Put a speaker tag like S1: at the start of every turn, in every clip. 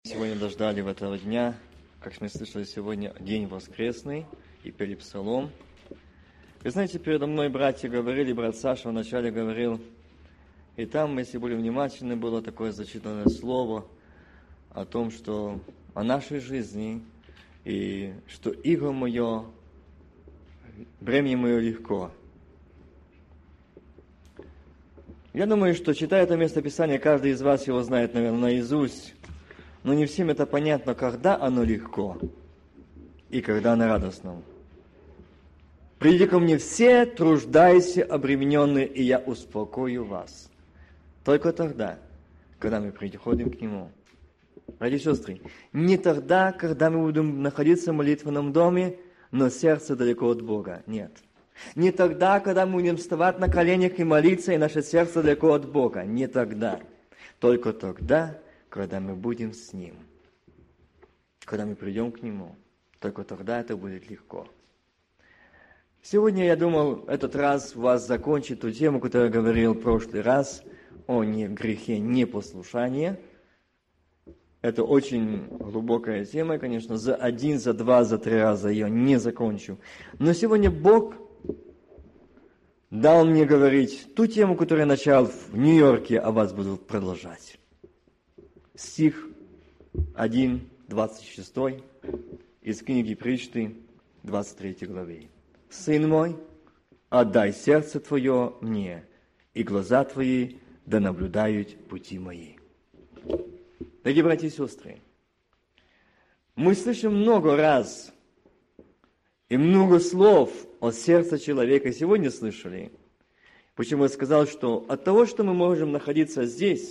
S1: Сегодня дождали в этого дня, как мы слышали, сегодня день воскресный и пели псалом. Вы знаете, передо мной братья говорили, брат Саша вначале говорил, и там, если были внимательны, было такое зачитанное слово о том, что о нашей жизни, и что иго мое, бремя мое легко. Я думаю, что, читая это местописание, каждый из вас его знает, наверное, наизусть. Но не всем это понятно, когда оно легко и когда оно радостно. «Приди ко мне все, труждайся, обремененные, и я успокою вас». Только тогда, когда мы приходим к Нему. Братья и сестры, не тогда, когда мы будем находиться в молитвенном доме, но сердце далеко от Бога. Нет. Не тогда, когда мы будем вставать на коленях и молиться, и наше сердце далеко от Бога. Не тогда. Только тогда, когда мы будем с Ним, когда мы придем к Нему, только тогда это будет легко. Сегодня я думал этот раз вас закончить ту тему, которую я говорил в прошлый раз, о грехе непослушания. Это очень глубокая тема, конечно, за один, за два, за три раза ее не закончу. Но сегодня Бог дал мне говорить ту тему, которую я начал в Нью-Йорке, а вас буду продолжать. Стих 1, 26 из книги Притчи, 23 главе. «Сын мой, отдай сердце твое мне, и глаза твои да наблюдают пути мои». Дорогие братья и сестры, мы слышим много раз и много слов о сердце человека. Сегодня слышали. Почему я сказал, что от того, что мы можем находиться здесь,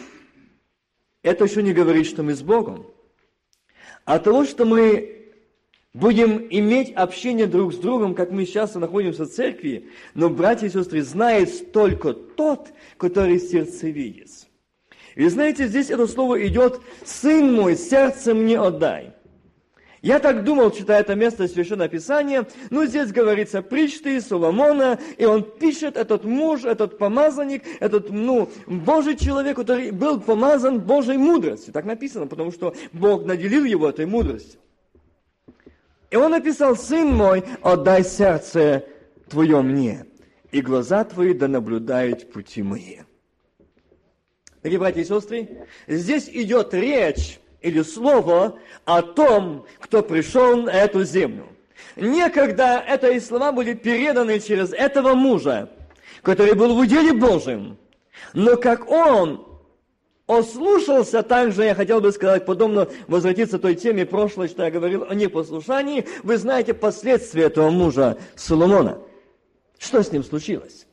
S1: это еще не говорит, что мы с Богом. От того, что мы будем иметь общение друг с другом, как мы сейчас находимся в церкви, но, братья и сестры, знает только тот, который сердце видит. И знаете, здесь это слово идет «Сын мой, сердце мне отдай». Я так думал, читая это место Священного Писания, здесь говорится притчи Соломона, и он пишет, этот муж, этот помазанник, этот, Божий человек, который был помазан Божьей мудростью. Так написано, потому что Бог наделил его этой мудростью. И он написал: «Сын мой, отдай сердце твое мне, и глаза твои да наблюдают пути мои». Дорогие братья и сестры, здесь идет речь или слово о том, кто пришел на эту землю. Некогда эти слова были переданы через этого мужа, который был в уделе Божьем. Но как он ослушался, также я хотел бы сказать, подобно возвратиться к той теме прошлой, что я говорил о непослушании, вы знаете последствия этого мужа Соломона. Что с ним случилось?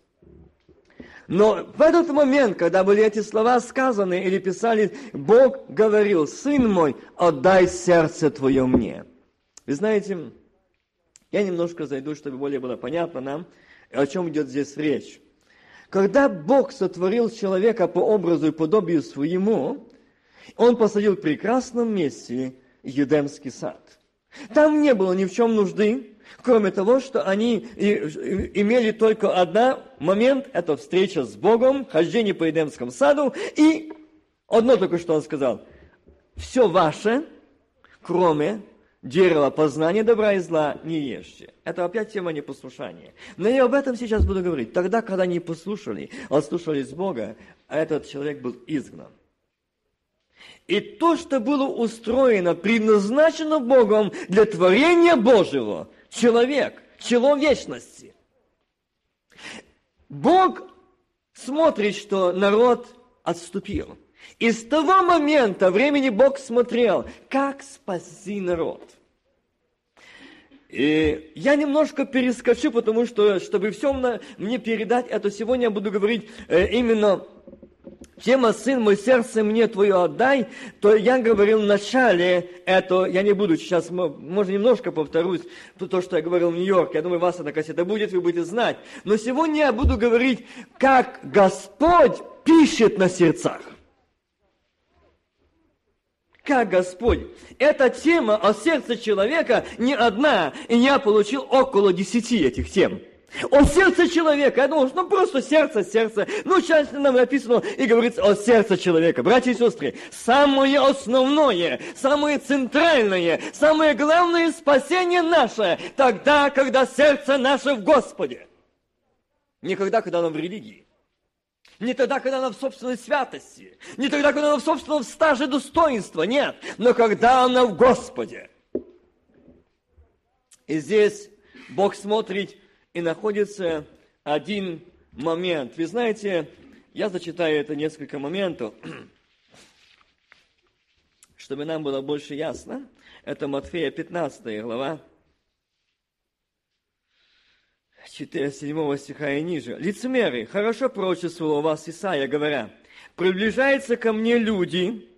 S1: Но в этот момент, когда были эти слова сказаны или писали, Бог говорил: «Сын мой, отдай сердце твое мне». Вы знаете, я немножко зайду, чтобы более было понятно нам, о чем идет здесь речь. Когда Бог сотворил человека по образу и подобию своему, Он посадил в прекрасном месте Едемский сад. Там не было ни в чем нужды, кроме того, что они имели только один момент, это встреча с Богом, хождение по Едемскому саду, и одно только, что он сказал: «Все ваше, кроме дерева познания добра и зла, не ешьте». Это опять тема непослушания. Но я об этом сейчас буду говорить. Тогда, когда не послушали, отслушались Бога, этот человек был изгнан. И то, что было устроено, предназначено Богом для творения Божьего, человек, чело вечности. Бог смотрит, что народ отступил. И с того момента времени Бог смотрел, как спасти народ. И я немножко перескочу, потому что, чтобы все мне передать это, сегодня я буду говорить именно тема «Сын мой, сердце мне твое отдай», то я говорил в начале это, я не буду сейчас, может, немножко повторюсь, то, что я говорил в Нью-Йорке, я думаю, вас эта кассета будет, вы будете знать. Но сегодня я буду говорить, как Господь пишет на сердцах. Как Господь. Эта тема о сердце человека не одна, и я получил около 10 этих тем. О сердце человека. Я думал, просто сердце. Сейчас нам написано и говорится о сердце человека. Братья и сестры, самое основное, самое центральное, самое главное спасение наше тогда, когда сердце наше в Господе. Не тогда, когда оно в религии. Не тогда, когда оно в собственной святости. Не тогда, когда оно в собственном стаже достоинства. Нет. Но когда оно в Господе. И здесь Бог смотрит и находится один момент. Вы знаете, я зачитаю это несколько моментов, чтобы нам было больше ясно. Это Матфея 15 глава, 7 стиха и ниже. «Лицемеры, хорошо пророчествовал о вас Исаия, говоря, приближаются ко мне люди,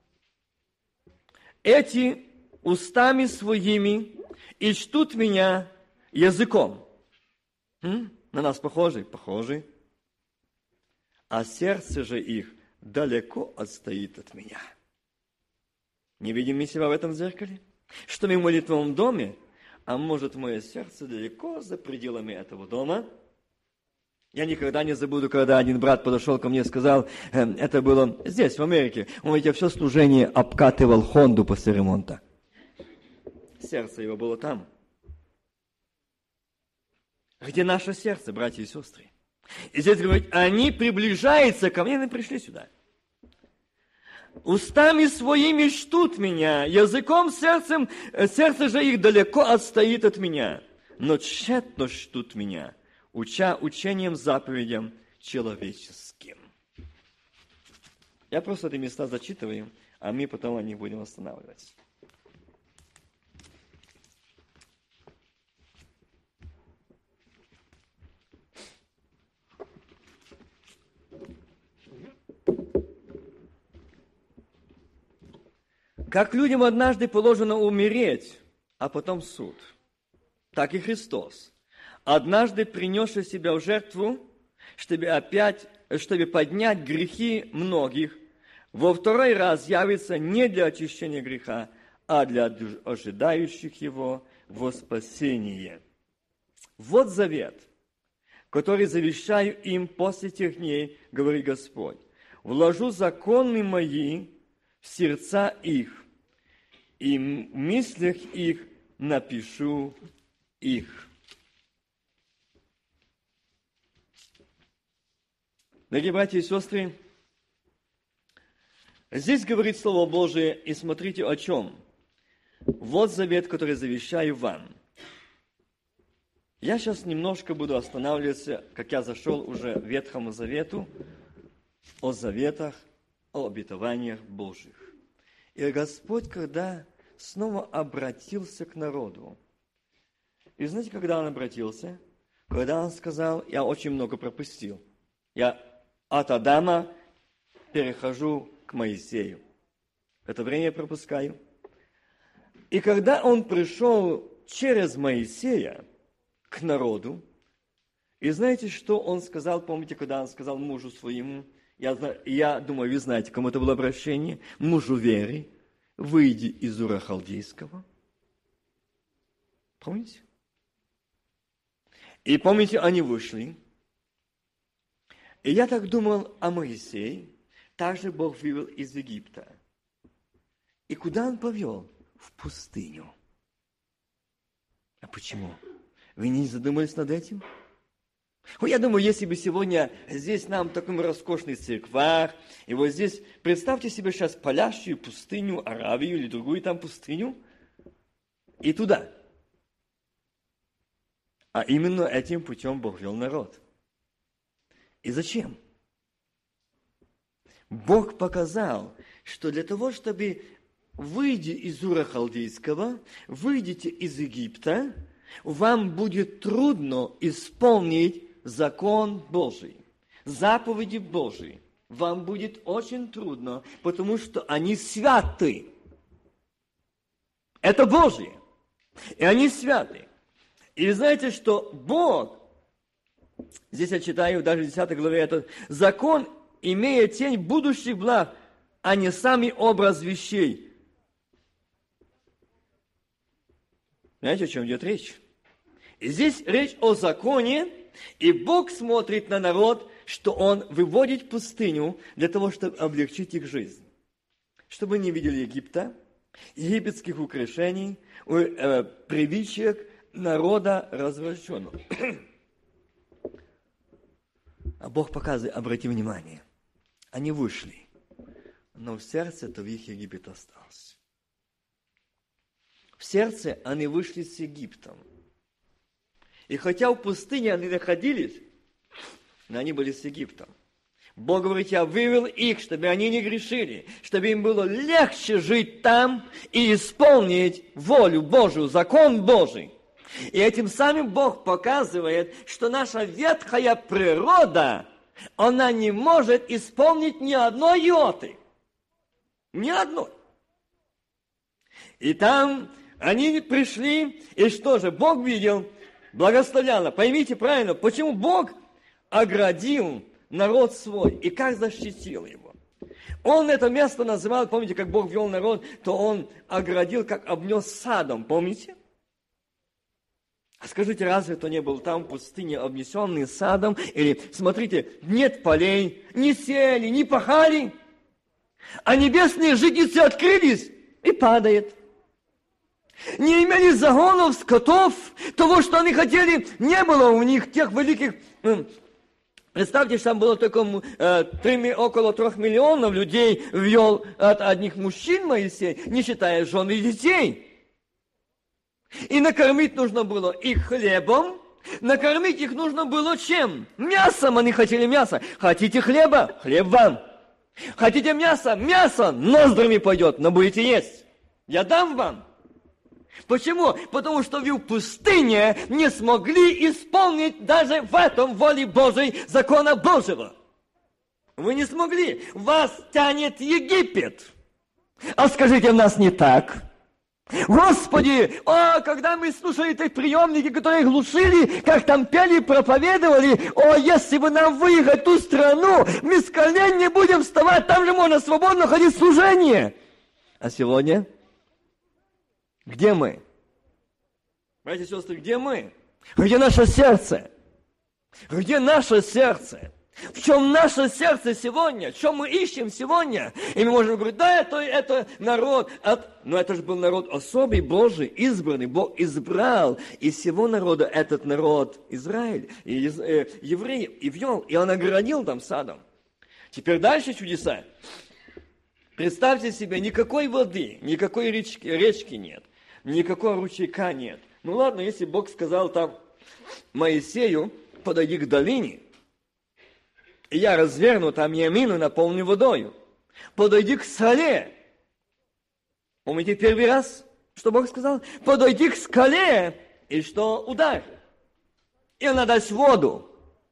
S1: эти устами своими и чтут меня языком». На нас похожи? Похожи. А сердце же их далеко отстоит от меня. Не видим мы себя в этом зеркале? Что мы в молитвенном доме, а может, мое сердце далеко за пределами этого дома? Я никогда не забуду, когда один брат подошел ко мне и сказал, это было здесь, в Америке, он ведь все служение обкатывал Хонду после ремонта. Сердце его было там. Где наше сердце, братья и сестры? И здесь говорит, они приближаются ко мне, они пришли сюда. Устами своими чтут меня, языком, сердцем, сердце же их далеко отстоит от меня. Но тщетно чтут меня, уча учением, заповедям человеческим. Я просто эти места зачитываю, а мы потом о них будем останавливаться. Как людям однажды положено умереть, а потом суд, так и Христос, однажды принесший себя в жертву, чтобы поднять грехи многих, во второй раз явится не для очищения греха, а для ожидающих его во спасение. Вот завет, который завещаю им после тех дней, говорит Господь. Вложу законы мои в сердца их, и в мыслях их напишу их. Дорогие братья и сестры, здесь говорит Слово Божие, и смотрите о чем. Вот завет, который завещаю вам. Я сейчас немножко буду останавливаться, как я зашел уже в Ветхому Завету, о заветах, о обетованиях Божьих. И Господь, когда снова обратился к народу, и знаете, когда Он обратился? Когда Он сказал, я очень много пропустил. Я от Адама перехожу к Моисею. Это время я пропускаю. И когда Он пришел через Моисея к народу, и знаете, что Он сказал? Помните, когда Он сказал мужу своему, я думаю, вы знаете, кому это было обращение. Мужу веры, выйди из Ура Халдейского. Помните? И помните, они вышли. И я так думал о Моисее. Также Бог вывел из Египта. И куда Он повел? В пустыню. А почему? Вы не задумались над этим? Я думаю, если бы сегодня здесь нам в таком роскошных церквах, и вот здесь, представьте себе сейчас палящую пустыню, Аравию или другую там пустыню, и туда. А именно этим путем Бог вел народ. И зачем? Бог показал, что для того, чтобы выйти из Ура Халдейского, выйдете из Египта, вам будет трудно исполнить закон Божий, заповеди Божьи. Вам будет очень трудно, потому что они святы. Это Божье. И они святы. И вы знаете, что Бог, здесь я читаю даже в 10 главе, этот закон, имея тень будущих благ, а не сами образ вещей. Знаете, о чем идет речь? И здесь речь о законе, и Бог смотрит на народ, что Он выводит в пустыню для того, чтобы облегчить их жизнь. Чтобы не видели Египта, египетских украшений, привычек народа развращенного. А Бог показывает, обрати внимание, они вышли, но в сердце-то в их Египет остался. В сердце они вышли с Египтом. И хотя в пустыне они находились, но они были с Египтом. Бог говорит, я вывел их, чтобы они не грешили, чтобы им было легче жить там и исполнить волю Божию, закон Божий. И этим самым Бог показывает, что наша ветхая природа, она не может исполнить ни одной йоты. Ни одной. И там они пришли, и что же, Бог видел, благословлял. Поймите правильно, почему Бог оградил народ свой и как защитил его. Он это место называл, помните, как Бог вел народ, то Он оградил, как обнес садом, помните? А скажите, разве кто не был там в пустыне, обнесенный садом? Или, смотрите, нет полей, не сеяли, не пахали, а небесные житницы открылись и падает. Не имели загонов, скотов, того, что они хотели, не было у них тех великих... Представьте, что там было только около 3 миллионов людей ввел от одних мужчин Моисей, не считая жен и детей. И накормить нужно было их хлебом, накормить их нужно было чем? Мясом, они хотели мяса. Хотите хлеба? Хлеб вам. Хотите мясо? Мясо ноздрями пойдет, но будете есть. Я дам вам. Почему? Потому что вы в пустыне не смогли исполнить даже в этом воле Божией закона Божьего. Вы не смогли. Вас тянет Египет. А скажите, у нас не так. Господи, когда мы слушали эти приемники, которые глушили, как там пели, проповедовали, если бы нам выехать в ту страну, мы с колен не будем вставать, там же можно свободно ходить в служение. А сегодня? Где мы? Братья и сестры, где мы? Где наше сердце? Где наше сердце? В чем наше сердце сегодня? В чем мы ищем сегодня? И мы можем говорить, да, это народ. Но это же был народ особый, Божий, избранный. Бог избрал из всего народа этот народ Израиль, евреев, и ввел, и он оградил там садом. Теперь дальше чудеса. Представьте себе, никакой воды, никакой речки нет, никакого ручейка нет. Ну ладно, если Бог сказал там Моисею, подойди к долине, и я разверну там ямину, наполню водою. Подойди к скале. Помните первый раз, что Бог сказал? Подойди к скале, и что? Ударь. И она даст воду.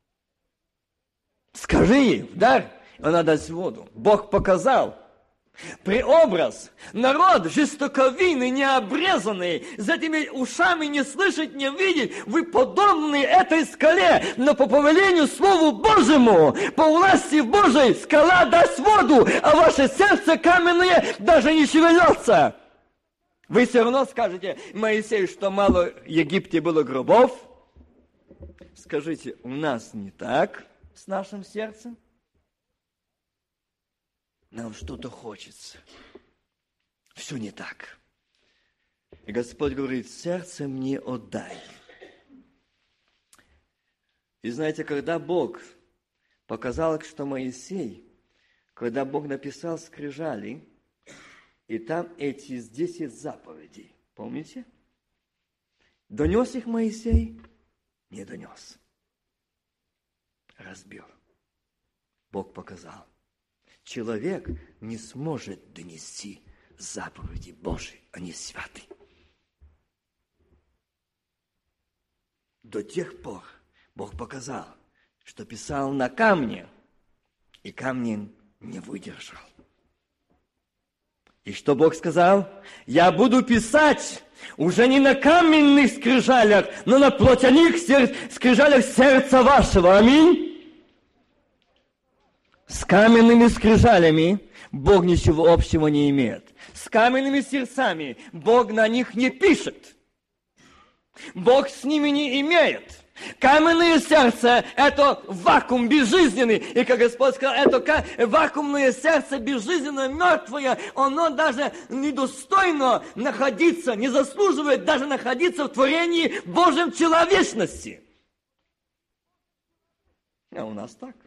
S1: Скажи ей, ударь, и она даст воду. Бог показал. Преобраз. Народ жестоковинный, необрезанный, за этими ушами не слышать, не видеть. Вы подобны этой скале, но по повелению Слову Божьему, по власти Божией, скала даст воду, а ваше сердце каменное даже не шевелится. Вы все равно скажете, Моисей, что мало в Египте было гробов. Скажите, у нас не так с нашим сердцем? Нам что-то хочется. Все не так. И Господь говорит, сердце мне отдай. И знаете, когда Бог показал, что Моисей, когда Бог написал скрижали, и там эти 10 заповедей, помните? Донес их Моисей? Не донес. Разбил. Бог показал. Человек не сможет донести заповеди Божьи, они святы. До тех пор Бог показал, что писал на камне, и камень не выдержал. И что Бог сказал? Я буду писать уже не на каменных скрижалях, но на плотяных скрижалях сердца вашего. Аминь. С каменными скрижалями Бог ничего общего не имеет. С каменными сердцами Бог на них не пишет. Бог с ними не имеет. Каменное сердце – это вакуум безжизненный. И как Господь сказал, это вакуумное сердце безжизненно мертвое, оно даже недостойно находиться, не заслуживает даже находиться в творении Божьем человечности. А у нас так.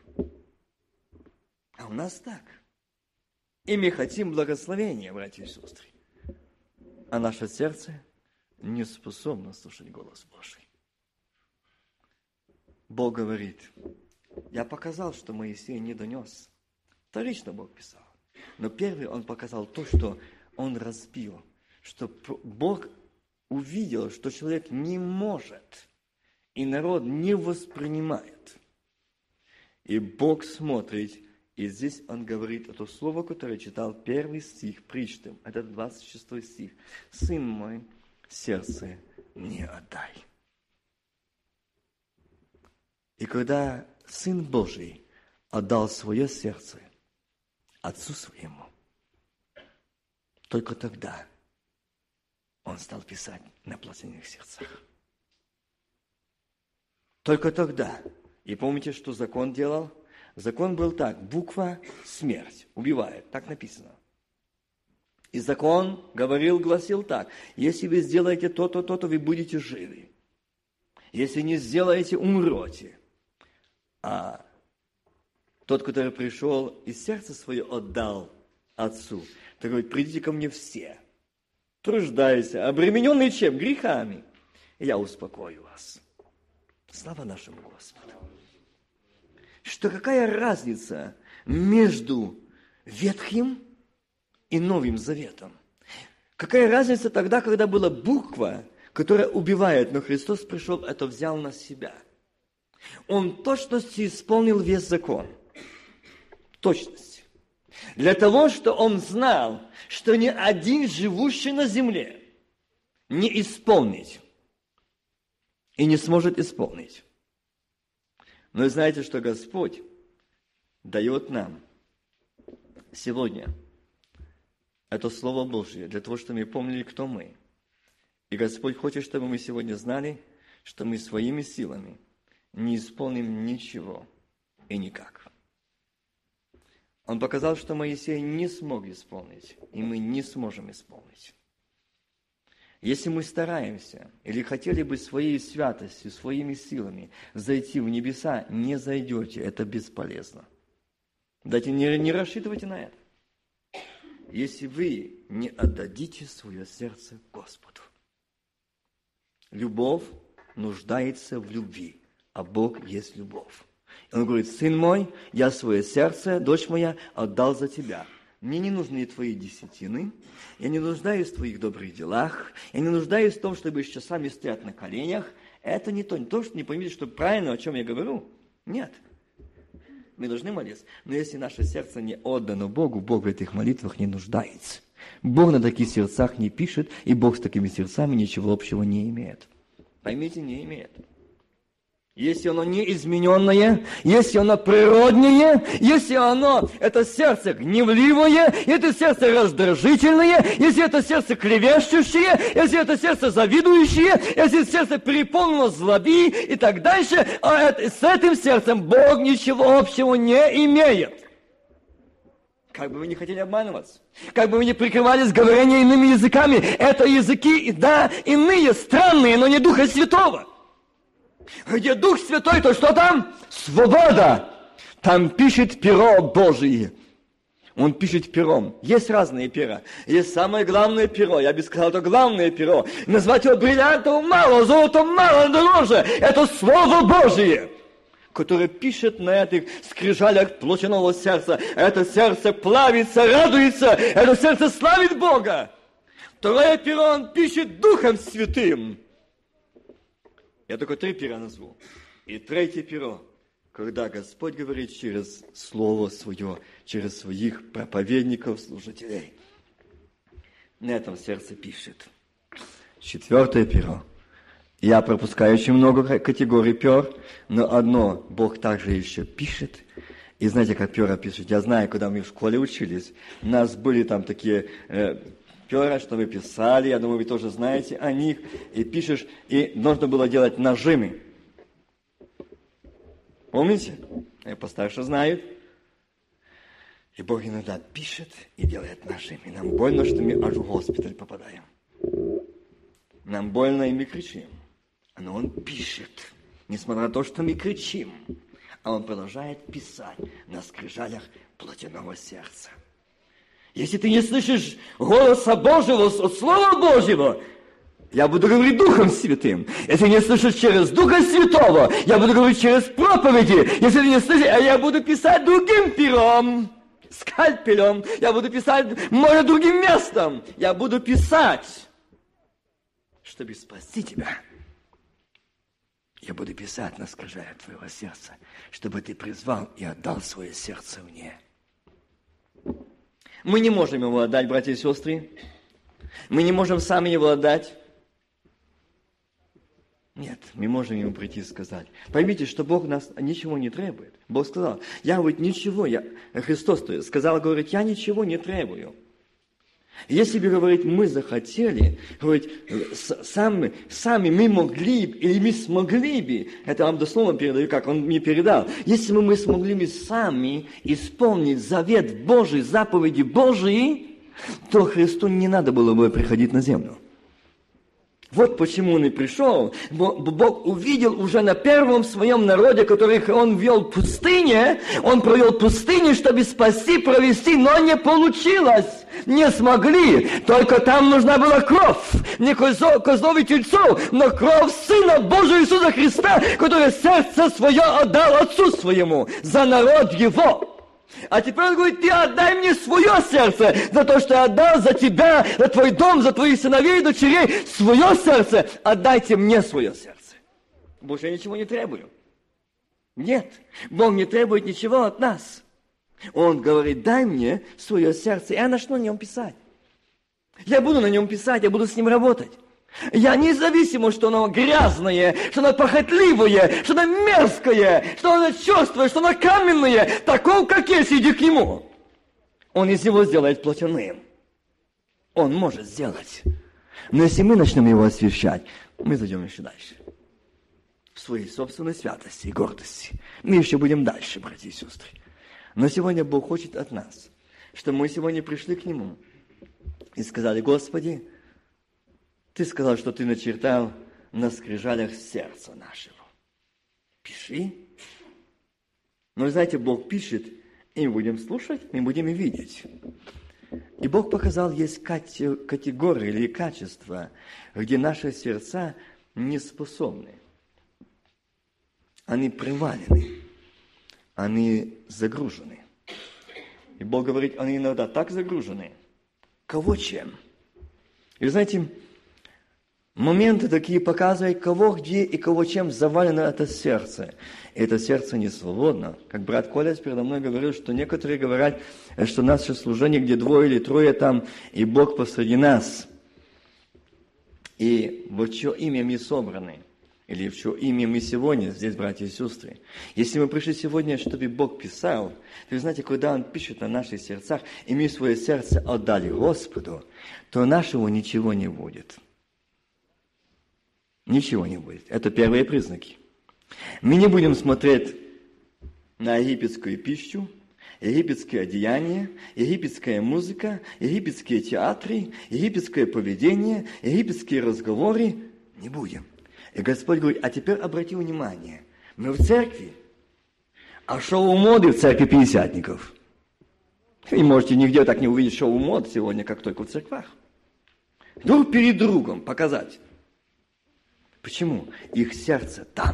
S1: А у нас так. И мы хотим благословения, братья и сестры. А наше сердце не способно слушать голос Божий. Бог говорит, я показал, что Моисей не донес. Вторично Бог писал. Но первый он показал то, что он разбил. Что Бог увидел, что человек не может. И народ не воспринимает. И Бог смотрит, и здесь он говорит это слово, которое читал первый стих, притчным. Это 26 стих. «Сын мой, сердце мне отдай». И когда Сын Божий отдал свое сердце Отцу Своему, только тогда Он стал писать на плотяных сердцах. Только тогда. И помните, что закон делал? Закон был так, буква смерть, убивает, так написано. И закон гласил так, если вы сделаете то-то, то-то, вы будете живы. Если не сделаете, умрете. А тот, который пришел и сердце свое отдал Отцу, то говорит, придите ко мне все, труждайся, обремененные чем? Грехами, и я успокою вас. Слава нашему Господу. Что какая разница между Ветхим и Новым Заветом? Какая разница тогда, когда была буква, которая убивает, но Христос пришел, это взял на себя. Он в точности исполнил весь закон. В точности. Для того, что он знал, что ни один живущий на земле не исполнит и не сможет исполнить. Но вы знаете, что Господь дает нам сегодня это Слово Божье для того, чтобы мы помнили, кто мы. И Господь хочет, чтобы мы сегодня знали, что мы своими силами не исполним ничего и никак. Он показал, что Моисей не смог исполнить, и мы не сможем исполнить. Если мы стараемся или хотели бы своей святостью, своими силами зайти в небеса, не зайдете, это бесполезно. Дайте, не рассчитывайте на это. Если вы не отдадите свое сердце Господу. Любовь нуждается в любви. А Бог есть любовь. И Он говорит, сын мой, я свое сердце, дочь моя, отдал за тебя. Мне не нужны твои десятины, я не нуждаюсь в твоих добрых делах, я не нуждаюсь в том, чтобы с часами стоять на коленях. Это не то, что не поймите, что правильно, о чем я говорю. Нет. Мы должны молиться. Но если наше сердце не отдано Богу, Бог в этих молитвах не нуждается. Бог на таких сердцах не пишет, и Бог с такими сердцами ничего общего не имеет. Поймите, не имеет. Если оно не измененное, если оно природнее, если оно, это сердце гневливое, это сердце раздражительное, если это сердце клевещущее, если это сердце завидующее, если сердце переполнено злоби и так дальше, с этим сердцем Бог ничего общего не имеет. Как бы вы не хотели обманываться, как бы вы не прикрывались говорением иными языками, это языки, да, иные, странные, но не Духа Святого. Где Дух Святой, то что там? Свобода. Там пишет перо Божие. Он пишет пером. Есть разные пера. Есть самое главное перо. Я бы сказал, это главное перо. Назвать его бриллиантом мало, золотом мало дороже. Это Слово Божие, которое пишет на этих скрижалях плотяного сердца. Это сердце плавится, радуется. Это сердце славит Бога. Второе перо он пишет Духом Святым. Я только 3 пера назву. И третье перо, когда Господь говорит через Слово Свое, через своих проповедников, служителей. На этом сердце пишет. 4 перо. Я пропускаю очень много категорий пер, но одно Бог также еще пишет. И знаете, как пера пишет? Я знаю, когда мы в школе учились, у нас были там такие маркера, что вы писали, я думаю, вы тоже знаете о них, и пишешь, и нужно было делать нажимы. Помните? Постарше знают. И Бог иногда пишет и делает нажимы. Нам больно, что мы аж в госпиталь попадаем. Нам больно, и мы кричим. Но Он пишет, несмотря на то, что мы кричим. А Он продолжает писать на скрижалях плотяного сердца. Если ты не слышишь голоса Божьего, Слова Божьего, я буду говорить Духом Святым. Если не слышишь через Духа Святого, я буду говорить через проповеди. Если ты не слышишь, я буду писать другим пером, скальпелем. Я буду писать, может, другим местом. Я буду писать, чтобы спасти тебя. Я буду писать на скрижалях твоего сердца, чтобы ты призвал и отдал свое сердце мне. Мы не можем его отдать, братья и сестры. Мы не можем сами его отдать. Нет, мы можем ему прийти и сказать. Поймите, что Бог нас ничего не требует. Бог сказал, Христос сказал, говорит, я ничего не требую. Если бы, говорит, мы захотели, говорит, сами мы могли бы, или мы смогли бы, это вам дословно передаю, как Он мне передал, если бы мы смогли бы сами исполнить завет Божий, заповеди Божьи, то Христу не надо было бы приходить на землю. Вот почему Он и пришел. Бог увидел уже на первом своем народе, которых Он вел в пустыне, Он провел пустыню, чтобы спасти, провести, но не получилось. Не смогли. Только там нужна была кровь. Не козлов и тельцов, но кровь Сына Божьего Иисуса Христа, который сердце свое отдал Отцу своему за народ Его. А теперь Он говорит, ты отдай мне свое сердце, за то, что я отдал за тебя, за твой дом, за твоих сыновей и дочерей, свое сердце, отдайте мне свое сердце. Больше я ничего не требую. Нет, Бог не требует ничего от нас. Он говорит, дай мне свое сердце, и я начну на нем писать. Я буду на нем писать, я буду с ним работать. Я независимо, что оно грязное, что оно похотливое, что оно мерзкое, что оно черствое, что оно каменное, таков, как есть, иди к нему. Он из него сделает плотяным. Он может сделать. Но если мы начнем его освящать, мы зайдем еще дальше. В своей собственной святости и гордости. Мы еще будем дальше, братья и сестры. Но сегодня Бог хочет от нас, чтобы мы сегодня пришли к Нему и сказали, Господи, Ты сказал, что Ты начертал на скрижалях сердца нашего. Пиши. Но, знаете, Бог пишет, и мы будем слушать, мы будем и видеть. И Бог показал, есть категории или качества, где наши сердца не способны. Они привалены, они загружены. И Бог говорит, они иногда так загружены. Кого чем? И вы знаете, моменты такие показывают, кого где и кого чем завалено это сердце. И это сердце не свободно. Как брат Коля передо мной говорил, что некоторые говорят, что наше служение, где 2 или 3 там, и Бог посреди нас. И в чье имя мы собраны. Или в чье имя мы сегодня здесь, братья и сестры. Если мы пришли сегодня, чтобы Бог писал, то вы знаете, когда Он пишет на наших сердцах, и мы свое сердце отдали Господу, то нашего ничего не будет. Ничего не будет. Это первые признаки. Мы не будем смотреть на египетскую пищу, египетское одеяние, египетская музыка, египетские театры, египетское поведение, египетские разговоры. Не будем. И Господь говорит, а теперь обрати внимание, мы в церкви, а шоу моды в церкви пятидесятников. И можете нигде так не увидеть шоу мод сегодня, как только в церквах. Друг перед другом показать. Почему? Их сердце там.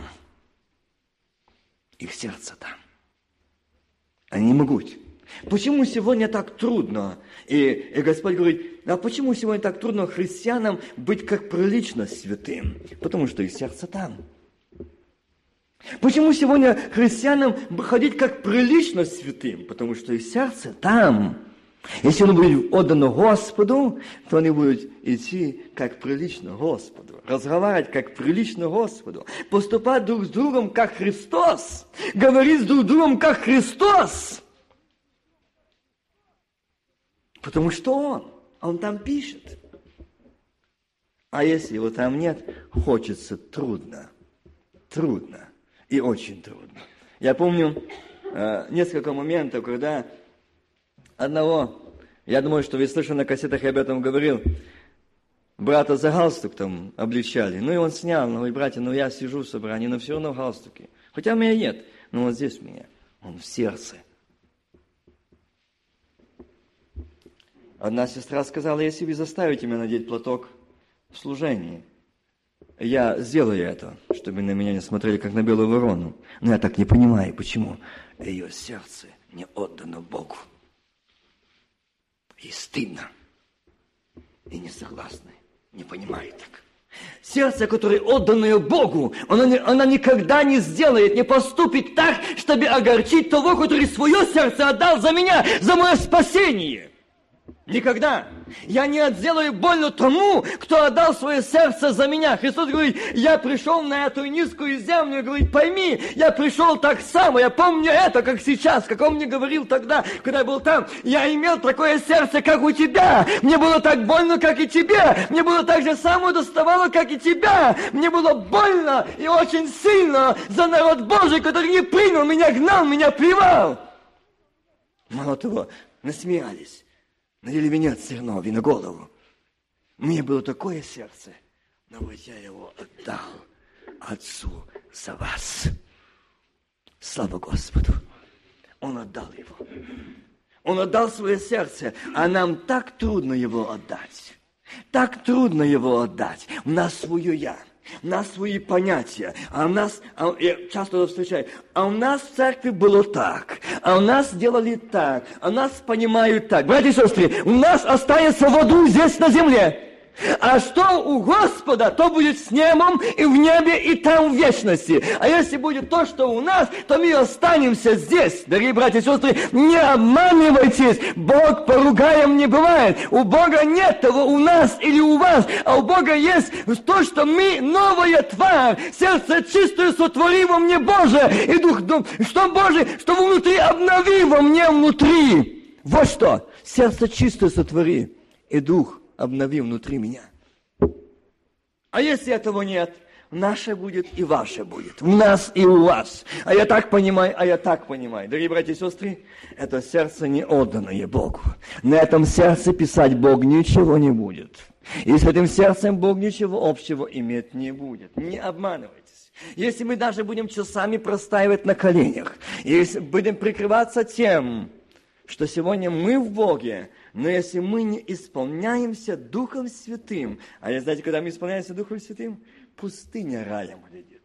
S1: Их сердце там. Они не могут. Почему сегодня так трудно? И Господь говорит, а почему сегодня так трудно христианам быть как прилично святым? Потому что их сердце там. Почему сегодня христианам ходить как прилично святым? Потому что их сердце там. Если оно будет отдано Господу, то они будут идти как прилично Господу, разговаривать как прилично Господу, поступать друг с другом как Христос, говорить друг с другом как Христос. Потому что Он там пишет. А если его там нет, хочется трудно. Трудно. И очень трудно. Я помню несколько моментов, когда одного, я думаю, что вы слышали на кассетах, я об этом говорил, брата за галстук там обличали. Ну и он снял, говорит, братья, я сижу в собрании, но все равно в галстуке. Хотя у меня нет, но вот здесь у меня, он в сердце. Одна сестра сказала, если вы заставите меня надеть платок в служении, я сделаю это, чтобы на меня не смотрели, как на белую ворону. Но я так не понимаю, почему ее сердце не отдано Богу. И стыдно, и не согласна, не понимает так. Сердце, которое отдано Богу, она никогда не сделает, не поступит так, чтобы огорчить того, который свое сердце отдал за меня, за мое спасение. Никогда. Я не сделаю больно тому, кто отдал свое сердце за меня. Христос говорит, я пришел на эту низкую землю, и говорит, пойми, я пришел так само, я помню это, как сейчас, как он мне говорил тогда, когда я был там. Я имел такое сердце, как у тебя. Мне было так больно, как и тебе. Мне было так же самое доставало, как и тебя. Мне было больно и очень сильно за народ Божий, который не принял меня, гнал меня, плевал. Мало того, насмеялись. Надели венец терновий на голову. Мне было такое сердце, но вот я его отдал Отцу за вас. Слава Господу. Он отдал его. Он отдал свое сердце, а нам так трудно его отдать. Так трудно его отдать. У нас свое «я». У нас свои понятия, я часто это встречаю, а у нас в церкви было так, а у нас делали так, а нас понимают так. Братья и сестры, у нас останется в аду здесь на земле. А что у Господа, то будет с небом и в небе, и там в вечности. А если будет то, что у нас, то мы останемся здесь. Дорогие братья и сестры, не обманывайтесь. Бог поругаем не бывает. У Бога нет того у нас или у вас, а у Бога есть то, что мы новая тварь. Сердце чистое сотвори во мне Боже. И Дух, что Божий, что внутри обнови во мне внутри. Вот что. Сердце чистое сотвори. И Дух обнови внутри меня. А если этого нет, наше будет и ваше будет. В нас и у вас. А я так понимаю, Дорогие братья и сестры, это сердце не отданное Богу. На этом сердце писать Бог ничего не будет. И с этим сердцем Бог ничего общего иметь не будет. Не обманывайтесь. Если мы даже будем часами простаивать на коленях, если будем прикрываться тем, что сегодня мы в Боге, но если мы не исполняемся Духом Святым, а знаете, когда мы исполняемся Духом Святым, пустыня раем глядит.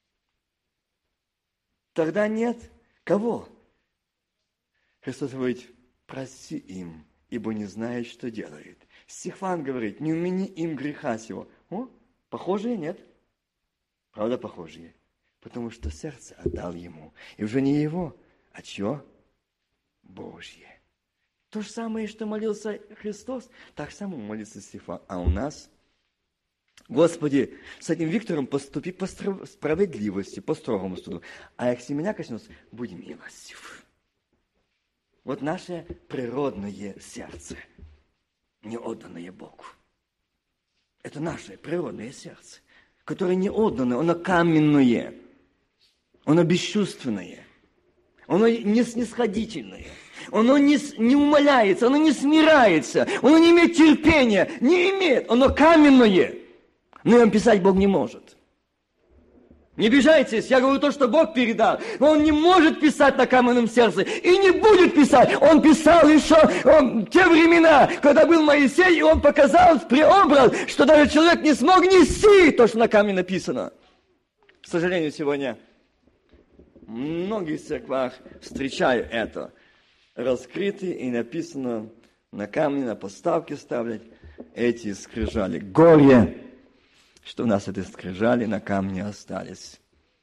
S1: Тогда нет кого? Христос говорит, проси им, ибо не знает, что делает. Стефан говорит, не умени им греха сего. Похожие, нет? Правда, похожие. Потому что сердце отдал ему. И уже не его, а чье? Божье. То же самое, что молился Христос, так само молится Стефан. А у нас, Господи, с этим Виктором поступи по справедливости, по строгому суду. А если меня коснется, будь милостив. Вот наше природное сердце, не отданное Богу. Это наше природное сердце, которое не отдано, оно каменное, оно бесчувственное. Оно не снисходительное, оно не умоляется, оно не смиряется, оно не имеет терпения, не имеет, оно каменное. Но им писать Бог не может. Не обижайтесь, я говорю то, что Бог передал, но Он не может писать на каменном сердце и не будет писать. Он писал еще в те времена, когда был Моисей, и он показал преобраз, что даже человек не смог нести то, что на камне написано. К сожалению, сегодня в многих церквах встречаю это. Раскрыты и написано на камне, на подставке ставлять эти скрижали. Горе, что у нас эти скрижали на камне остались.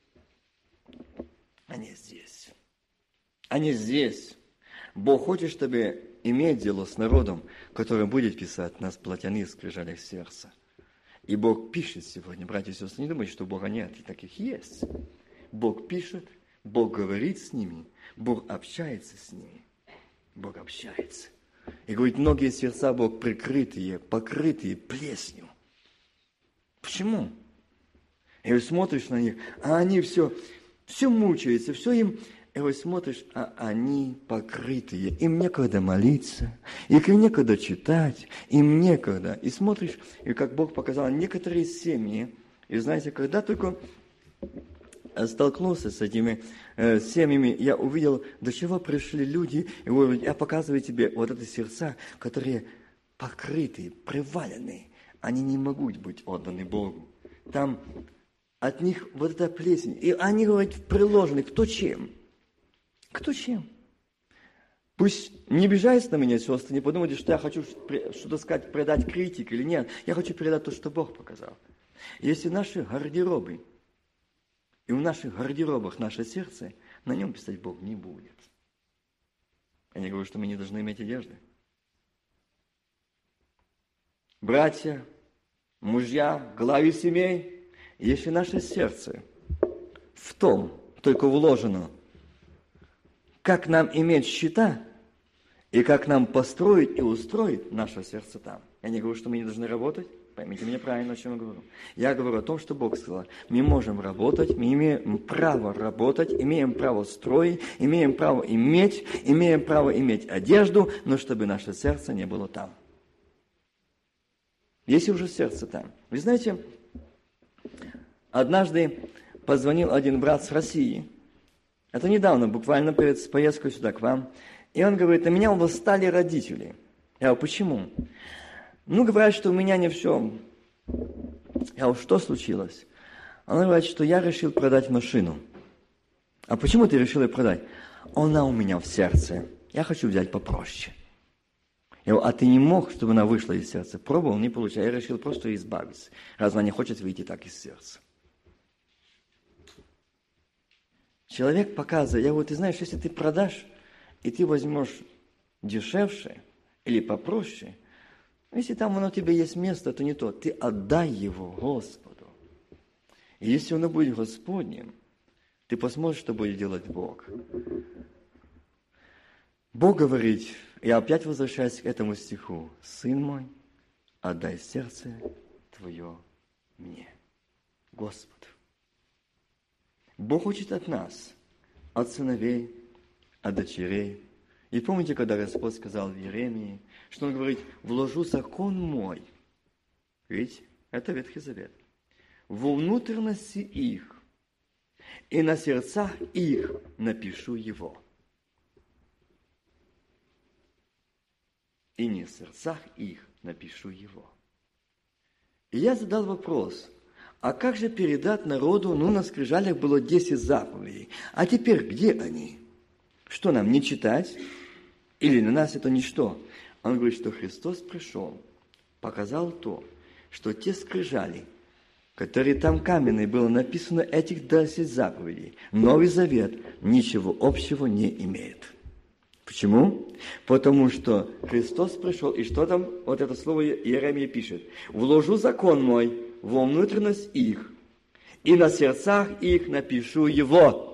S1: Они здесь. Они здесь. Бог хочет, чтобы иметь дело с народом, который будет писать на плотяных скрижалях сердца. И Бог пишет сегодня, братья и сестры, не думайте, что у Бога нет, и таких есть. Бог пишет, Бог говорит с ними, Бог общается с ними. Бог общается. И говорит, многие сердца, Бог, прикрытые, покрытые плесенью. Почему? И вот смотришь на них, а они все мучаются, все им... И вот смотришь, а они покрытые. Им некогда молиться, им некогда читать, им некогда. И смотришь, и как Бог показал, некоторые семьи, и знаете, когда только столкнулся с этими семьями, я увидел, до чего пришли люди, и говорю, я показываю тебе вот эти сердца, которые покрытые, приваленные. Они не могут быть отданы Богу. Там от них вот эта плесень. И они, говорят, приложены кто чем. Кто чем? Пусть не обижаются на меня, сестры, не подумайте, что я хочу что-то сказать, передать критике или нет. Я хочу передать то, что Бог показал. Если наши гардеробы, и в наших гардеробах наше сердце, на нем писать Бог не будет. Я не говорю, что мы не должны иметь одежды. Братья, мужья, главы семей, если наше сердце в том только вложено, как нам иметь счета и как нам построить и устроить наше сердце там. Я не говорю, что мы не должны работать. Поймите меня правильно, о чем я говорю. Я говорю о том, что Бог сказал. Мы можем работать, мы имеем право работать, имеем право строить, имеем право иметь одежду, но чтобы наше сердце не было там. Если уже сердце там. Вы знаете, однажды позвонил один брат с России. Это недавно, буквально перед поездкой сюда к вам. И он говорит, на меня восстали родители. Я говорю, почему? Говорят, что у меня не все. Я говорю, что случилось? Он говорит, что я решил продать машину. А почему ты решил ее продать? Она у меня в сердце. Я хочу взять попроще. Я говорю, а ты не мог, чтобы она вышла из сердца? Пробовал, не получилось. Я решил просто избавиться, раз она не хочет выйти так из сердца. Человек показывает, я говорю, ты знаешь, если ты продашь, и ты возьмешь дешевше или попроще, если там у тебя есть место, то не то. Ты отдай его Господу. И если оно будет Господним, ты посмотришь, что будет делать Бог. Бог говорит, я опять возвращаюсь к этому стиху. Сын мой, отдай сердце твое мне, Господу. Бог хочет от нас, от сыновей, от дочерей. И помните, когда Господь сказал в Иеремии, что Он говорит, вложу закон мой. Видите, это Ветхий Завет. Во внутренности их, и на сердцах их напишу его. И не в сердцах их напишу его. И я задал вопрос, а как же передать народу, на скрижалях было 10 заповедей, а теперь где они? Что нам, не читать? Или на нас это ничто? Он говорит, что Христос пришел, показал то, что те скрижали, которые там каменные, было написано этих 10 заповедей, Новый Завет ничего общего не имеет. Почему? Потому что Христос пришел, и что там, вот это слово Иеремия пишет, «Вложу закон мой во внутренность их, и на сердцах их напишу его».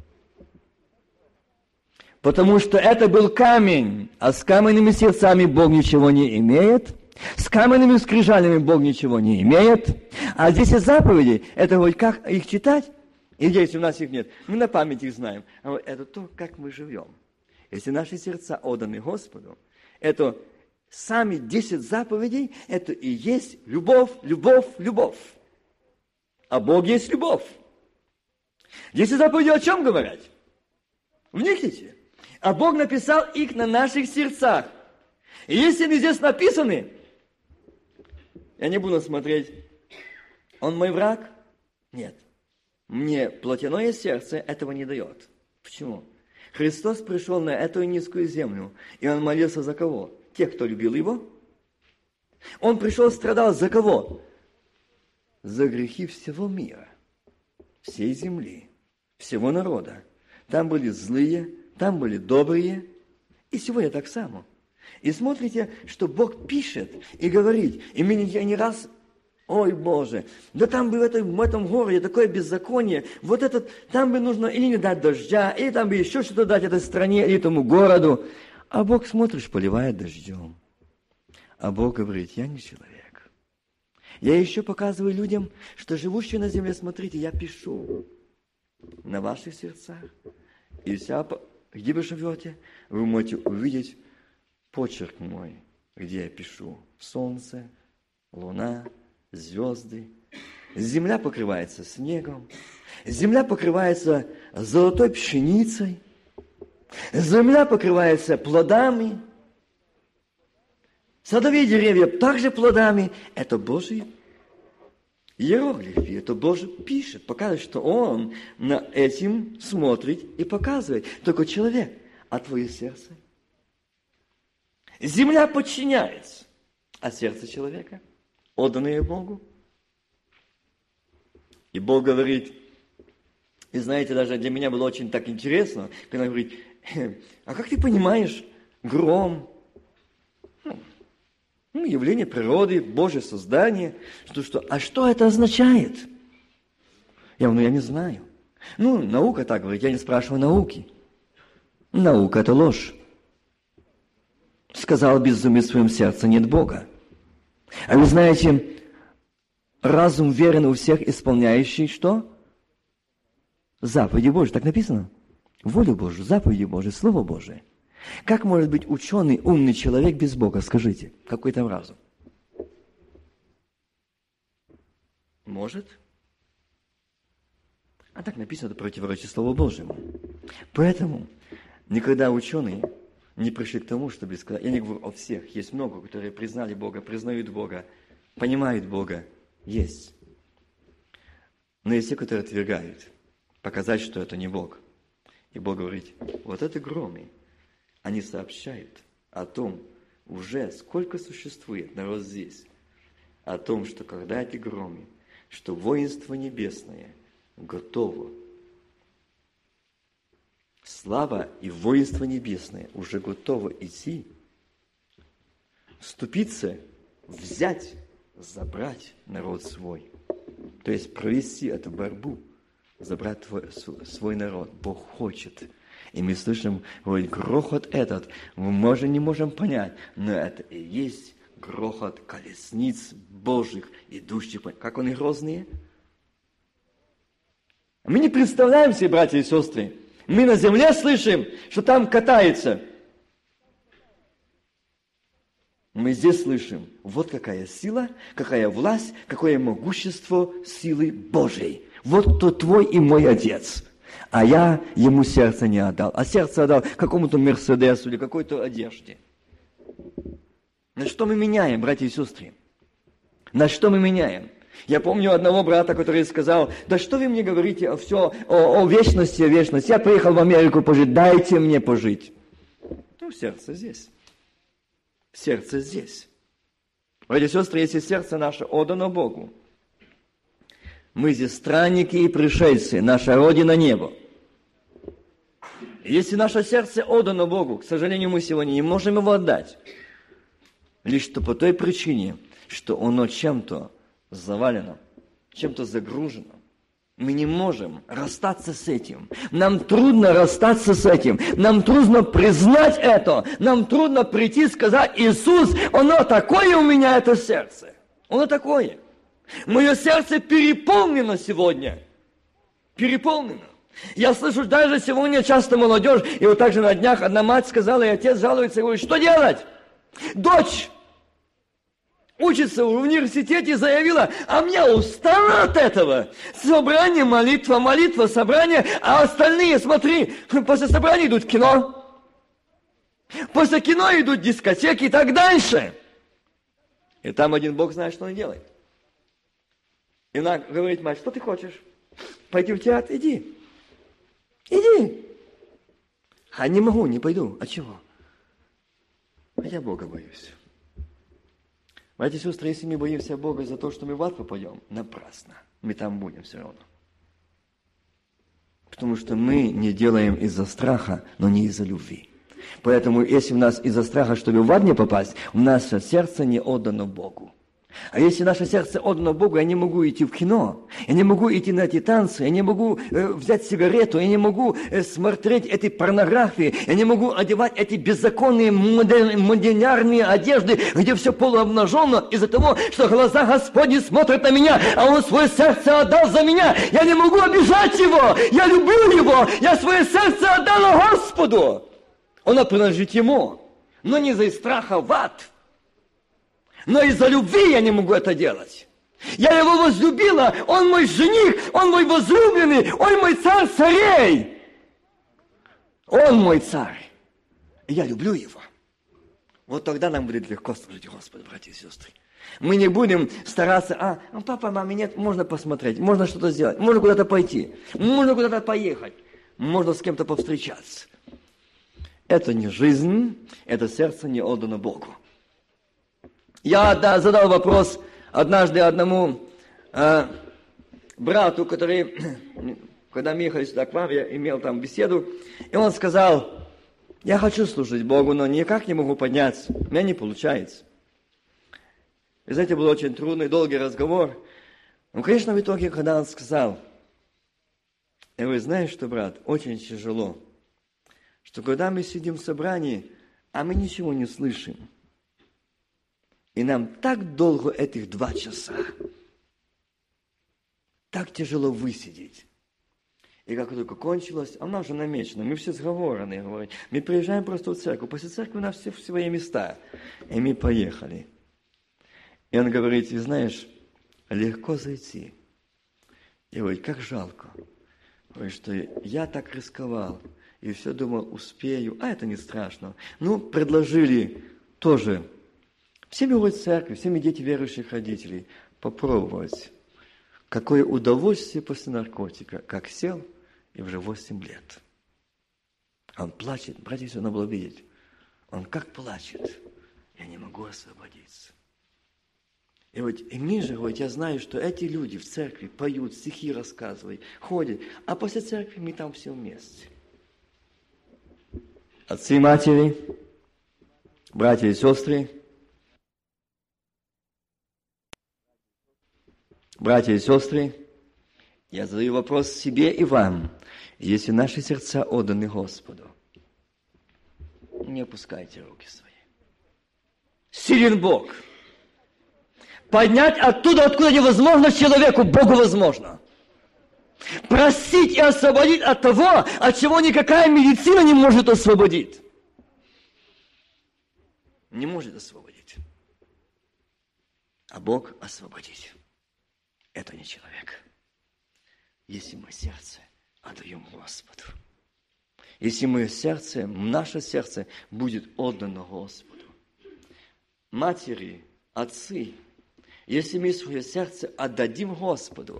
S1: Потому что это был камень, а с каменными сердцами Бог ничего не имеет, с каменными скрижалями Бог ничего не имеет, а здесь и заповеди, это вот как их читать, и здесь у нас их нет, мы на память их знаем, а вот это то, как мы живем. Если наши сердца отданы Господу, это сами 10 заповедей, это и есть любовь, любовь, любовь. А Бог есть любовь. 10 заповедей о чем говорят? Вникните. А Бог написал их на наших сердцах. И если они здесь написаны, я не буду смотреть, он мой враг? Нет. Мне плотяное сердце этого не дает. Почему? Христос пришел на эту низкую землю, и Он молился за кого? Тех, кто любил Его. Он пришел, страдал за кого? За грехи всего мира, всей земли, всего народа. Там были злые, там были добрые, и сегодня так само. И смотрите, что Бог пишет и говорит, и мне не раз... Ой, Боже, да там бы в этом городе такое беззаконие, вот этот, там бы нужно или не дать дождя, или там бы еще что-то дать этой стране, или этому городу. А Бог, смотришь, поливает дождем. А Бог говорит, я не человек. Я еще показываю людям, что живущие на земле, смотрите, я пишу на ваших сердцах. И вся, где вы живете, вы можете увидеть почерк мой, где я пишу. Солнце, луна, звезды. Земля покрывается снегом. Земля покрывается золотой пшеницей. Земля покрывается плодами. Садовые деревья также плодами. Это Божий иероглифы. Это Божий пишет, показывает, что Он на этим смотрит и показывает. Только человек, а твое сердце? Земля подчиняется, а сердце человека, отданное Богу. И Бог говорит, и знаете, даже для меня было очень так интересно, когда Он говорит, а как ты понимаешь гром? Явление природы, Божье создание. А что это означает? Я говорю, я не знаю. Наука так говорит, я не спрашиваю науки. Наука – это ложь. Сказал безумец в своем сердце, нет Бога. А вы знаете, разум верен у всех, исполняющий что? Заповеди Божьи, так написано. Волю Божию, заповеди Божьи, Слово Божие. Как может быть ученый, умный человек без Бога? Скажите, какой там разум? Может? А так написано, это противоречит Слову Божьему. Поэтому никогда ученые не пришли к тому, чтобы сказать, я не говорю о всех, есть много, которые признали Бога, признают Бога, понимают Бога, есть. Но есть те, которые отвергают, показать, что это не Бог. И Бог говорит, вот это громы, они сообщают о том, уже сколько существует народ здесь, о том, что когда эти громы, что воинство небесное готово. Слава и воинство небесное уже готово идти, вступиться, взять, забрать народ свой. То есть провести эту борьбу, забрать свой народ. Бог хочет. И мы слышим, говорит, грохот этот, мы не можем понять, но это и есть грохот колесниц Божьих, идущих. Как они грозные? Мы не представляем себе, братья и сестры, мы на земле слышим, что там катается. Мы здесь слышим, вот какая сила, какая власть, какое могущество силы Божьей. Вот кто твой и мой Отец. А я ему сердце не отдал. А сердце отдал какому-то Мерседесу или какой-то одежде. На что мы меняем, братья и сестры? На что мы меняем? Я помню одного брата, который сказал, да что вы мне говорите о вечности, о вечности. Я приехал в Америку пожить, дайте мне пожить. Сердце здесь. Сердце здесь. Братья и сестры, если сердце наше отдано Богу, мы здесь странники и пришельцы, наша Родина – небо. Если наше сердце отдано Богу, к сожалению, мы сегодня не можем его отдать. Лишь по той причине, что оно чем-то завалено, чем-то загружено. Мы не можем расстаться с этим. Нам трудно расстаться с этим. Нам трудно признать это. Нам трудно прийти и сказать, Иисус, оно такое у меня, это сердце. Оно такое. Мое сердце переполнено сегодня. Переполнено. Я слышу даже сегодня часто молодежь, и вот так же на днях одна мать сказала, и отец жалуется, и говорит, что делать? Дочь учится в университете, заявила, а мне устала от этого. Собрание, молитва, собрание, а остальные, смотри, после собрания идут в кино, после кино идут дискотеки и так дальше. И там один Бог знает, что он делает. И она говорит, мать, что ты хочешь? Пойти в театр? Иди. Иди. А не могу, не пойду. А чего? А я Бога боюсь. Братья и сестры, если мы боимся Бога за то, что мы в ад попадем, напрасно. Мы там будем все равно. Потому что мы не делаем из-за страха, но не из-за любви. Поэтому, если у нас из-за страха, чтобы в ад не попасть, у нас сердце не отдано Богу. А если наше сердце отдано Богу, я не могу идти в кино, я не могу идти на эти танцы, я не могу взять сигарету, я не могу смотреть эти порнографии, я не могу одевать эти беззаконные модернярные одежды, где все полуобнаженно из-за того, что глаза Господни смотрят на меня, а Он свое сердце отдал за меня. Я не могу обижать Его, я люблю Его, я свое сердце отдал Господу. Оно принадлежит Ему, но не из-за страха в ад. Но из-за любви я не могу это делать. Я его возлюбила, он мой жених, он мой возлюбленный, он мой царь царей. Он мой царь. И я люблю его. Вот тогда нам будет легко служить Господу, братья и сестры. Мы не будем стараться, папа, маме нет, можно посмотреть, можно что-то сделать, можно куда-то пойти, можно куда-то поехать, можно с кем-то повстречаться. Это не жизнь, это сердце не отдано Богу. Я задал вопрос однажды одному брату, который, когда мы ехали сюда к вам, я имел там беседу, и он сказал, я хочу служить Богу, но никак не могу подняться, у меня не получается. И знаете, был очень трудный, долгий разговор. Ну, конечно, в итоге, когда он сказал, и вы знаете, что, брат, очень тяжело, что когда мы сидим в собрании, а мы ничего не слышим, и нам так долго этих 2 часа, так тяжело высидеть. И как только кончилось, а у нас уже намечено, мы все сговоренные, говорим, мы приезжаем просто в церковь, после церкви у нас все в свои места, и мы поехали. И он говорит, и знаешь, легко зайти. И говорит, как жалко, говорит, что я так рисковал, и все думал, успею, а это не страшно. Ну, предложили тоже всеми в церкви, всеми дети верующих родителей попробовать, какое удовольствие после наркотика, как сел, и уже 8 лет. Он плачет, братья, все надо было видеть. Он как плачет, я не могу освободиться. И вот и мы же, я знаю, что эти люди в церкви поют, стихи рассказывают, ходят, а после церкви мы там все вместе. Отцы и матери, братья и сестры, братья и сестры, я задаю вопрос себе и вам. Если наши сердца отданы Господу, не опускайте руки свои. Силен Бог. Поднять оттуда, откуда невозможно человеку, Богу возможно. Простить и освободить от того, от чего никакая медицина не может освободить. Не может освободить. А Бог освободить. Это не человек. Если мы сердце отдаем Господу. Если мы сердце, наше сердце будет отдано Господу. Матери, отцы, если мы свое сердце отдадим Господу.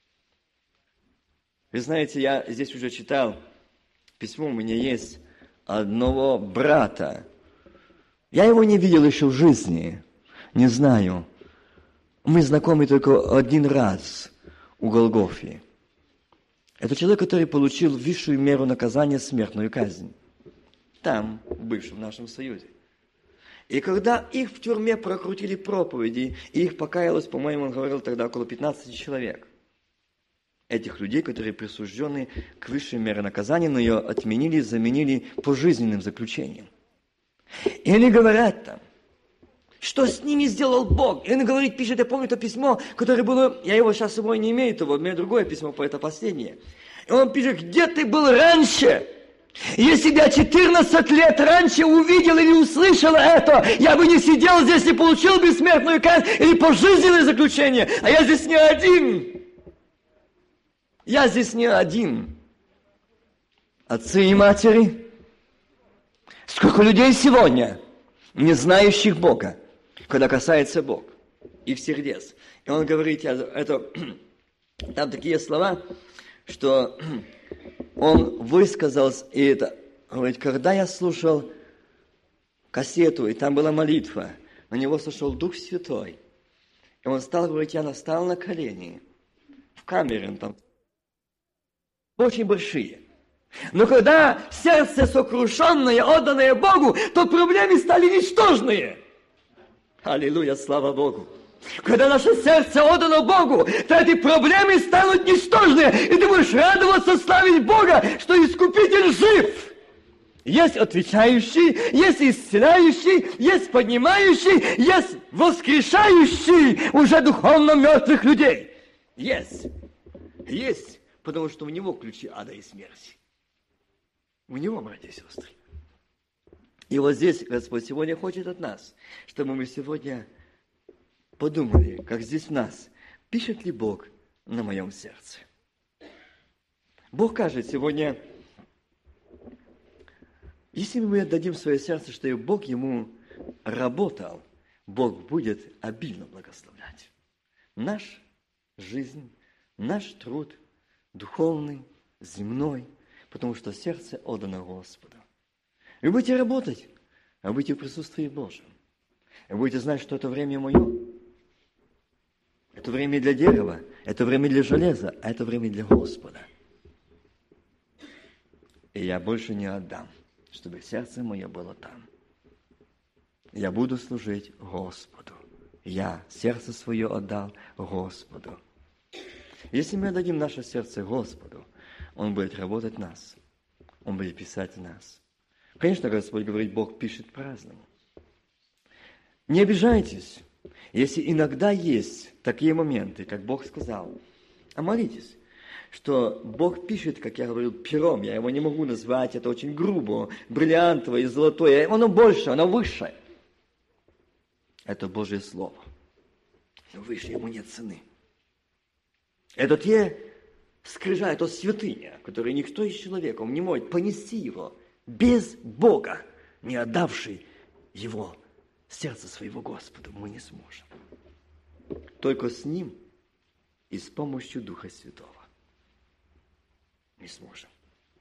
S1: Вы знаете, я здесь уже читал письмо, у меня есть одного брата. Я его не видел еще в жизни, не знаю. Мы знакомы только 1 раз у Голгофы. Это человек, который получил высшую меру наказания, смертную казнь. Там, в бывшем нашем Союзе. И когда их в тюрьме прокрутили проповеди, и их покаялось, по-моему, он говорил тогда около 15 человек. Этих людей, которые присуждены к высшей мере наказания, но ее отменили, заменили пожизненным заключением. И они говорят там, что с ними сделал Бог. И он говорит, пишет, я помню это письмо, которое было, я его сейчас с собой не имею, у меня другое письмо, это последнее. И он пишет, где ты был раньше? Если бы я 14 лет раньше увидел или услышал это, я бы не сидел здесь и получил бессмертную казнь или пожизненное заключение. А я здесь не один. Я здесь не один. Отцы и матери, сколько людей сегодня, не знающих Бога, когда касается Бога, их сердец. И он говорит, там такие слова, что он высказался, и это, говорит, когда я слушал кассету, и там была молитва, на него сошел Дух Святой, и он стал говорить, я стал на колени, в камере, там, очень большие. Но когда сердце сокрушенное, отданное Богу, то проблемы стали ничтожные. Аллилуйя, слава Богу. Когда наше сердце отдано Богу, то эти проблемы станут ничтожны, и ты будешь радоваться, славить Бога, что Искупитель жив. Есть отвечающий, есть исцеляющий, есть поднимающий, есть воскрешающий уже духовно мертвых людей. Есть. Есть, потому что у него ключи ада и смерти. У него, братья и сестры. И вот здесь Господь сегодня хочет от нас, чтобы мы сегодня подумали, как здесь в нас, пишет ли Бог на моем сердце. Бог кажет сегодня, если мы отдадим свое сердце, что и Бог ему работал, Бог будет обильно благословлять. Наша жизнь, наш труд, духовный, земной, потому что сердце отдано Господу. Вы будете работать, а будете в присутствии Божьем. Вы будете знать, что это время мое. Это время для дерева, это время для железа, а это время для Господа. И я больше не отдам, чтобы сердце мое было там. Я буду служить Господу. Я сердце свое отдал Господу. Если мы отдадим наше сердце Господу, Он будет работать в нас. Он будет писать в нас. Конечно, Господь говорит, Бог пишет по-разному. Не обижайтесь, если иногда есть такие моменты, как Бог сказал, а молитесь, что Бог пишет, как я говорил, пером. Я его не могу назвать, это очень грубо, бриллиантовое и золотое. Оно больше, оно выше. Это Божье Слово. Но выше ему нет цены. Это те скрижали, это святыня, которую никто из человеков не может понести его без Бога, не отдавший его сердце своего Господу, мы не сможем. Только с Ним и с помощью Духа Святого не сможем.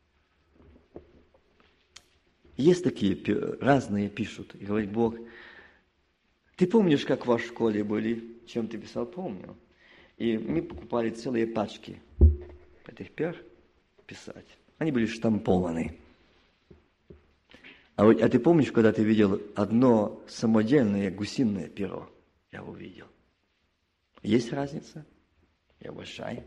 S1: Есть такие разные пишут, и говорит Бог, ты помнишь, как в вашей школе были, чем ты писал? Помню. И мы покупали целые пачки этих пер писать. Они были штампованы. А ты помнишь, когда ты видел одно самодельное гусиное перо? Я увидел. Есть разница? Я большая.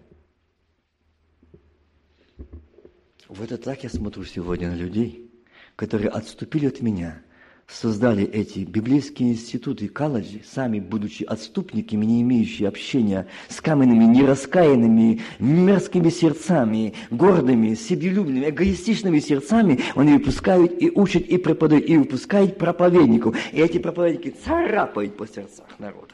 S1: Вот это так я смотрю сегодня на людей, которые отступили от меня, создали эти библейские институты и колледжи, сами будучи отступниками, не имеющие общения с каменными, нераскаянными, мерзкими сердцами, гордыми, себелюбными, эгоистичными сердцами, они выпускают и учат, и преподают, и выпускают проповедников. И эти проповедники царапают по сердцах народа.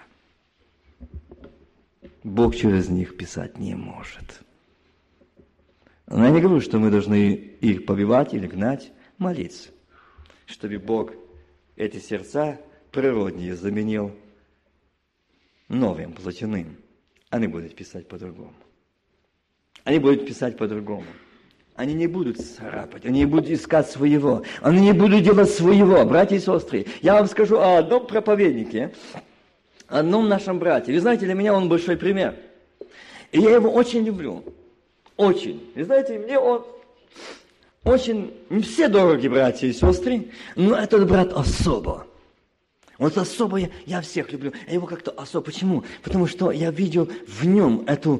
S1: Бог через них писать не может. Но я не говорю, что мы должны их побивать или гнать, молиться, чтобы Бог эти сердца природние заменил новым, плотяным. Они будут писать по-другому. Они будут писать по-другому. Они не будут царапать, они не будут искать своего, они не будут делать своего. Братья и сестры, я вам скажу о одном проповеднике, одном нашем брате. Вы знаете, для меня он большой пример. И я его очень люблю. Очень. Вы знаете, мне он очень, все дороги, братья и сестры, но этот брат особо. Вот особо я всех люблю, а его как-то особо. Почему? Потому что я видел в нем эту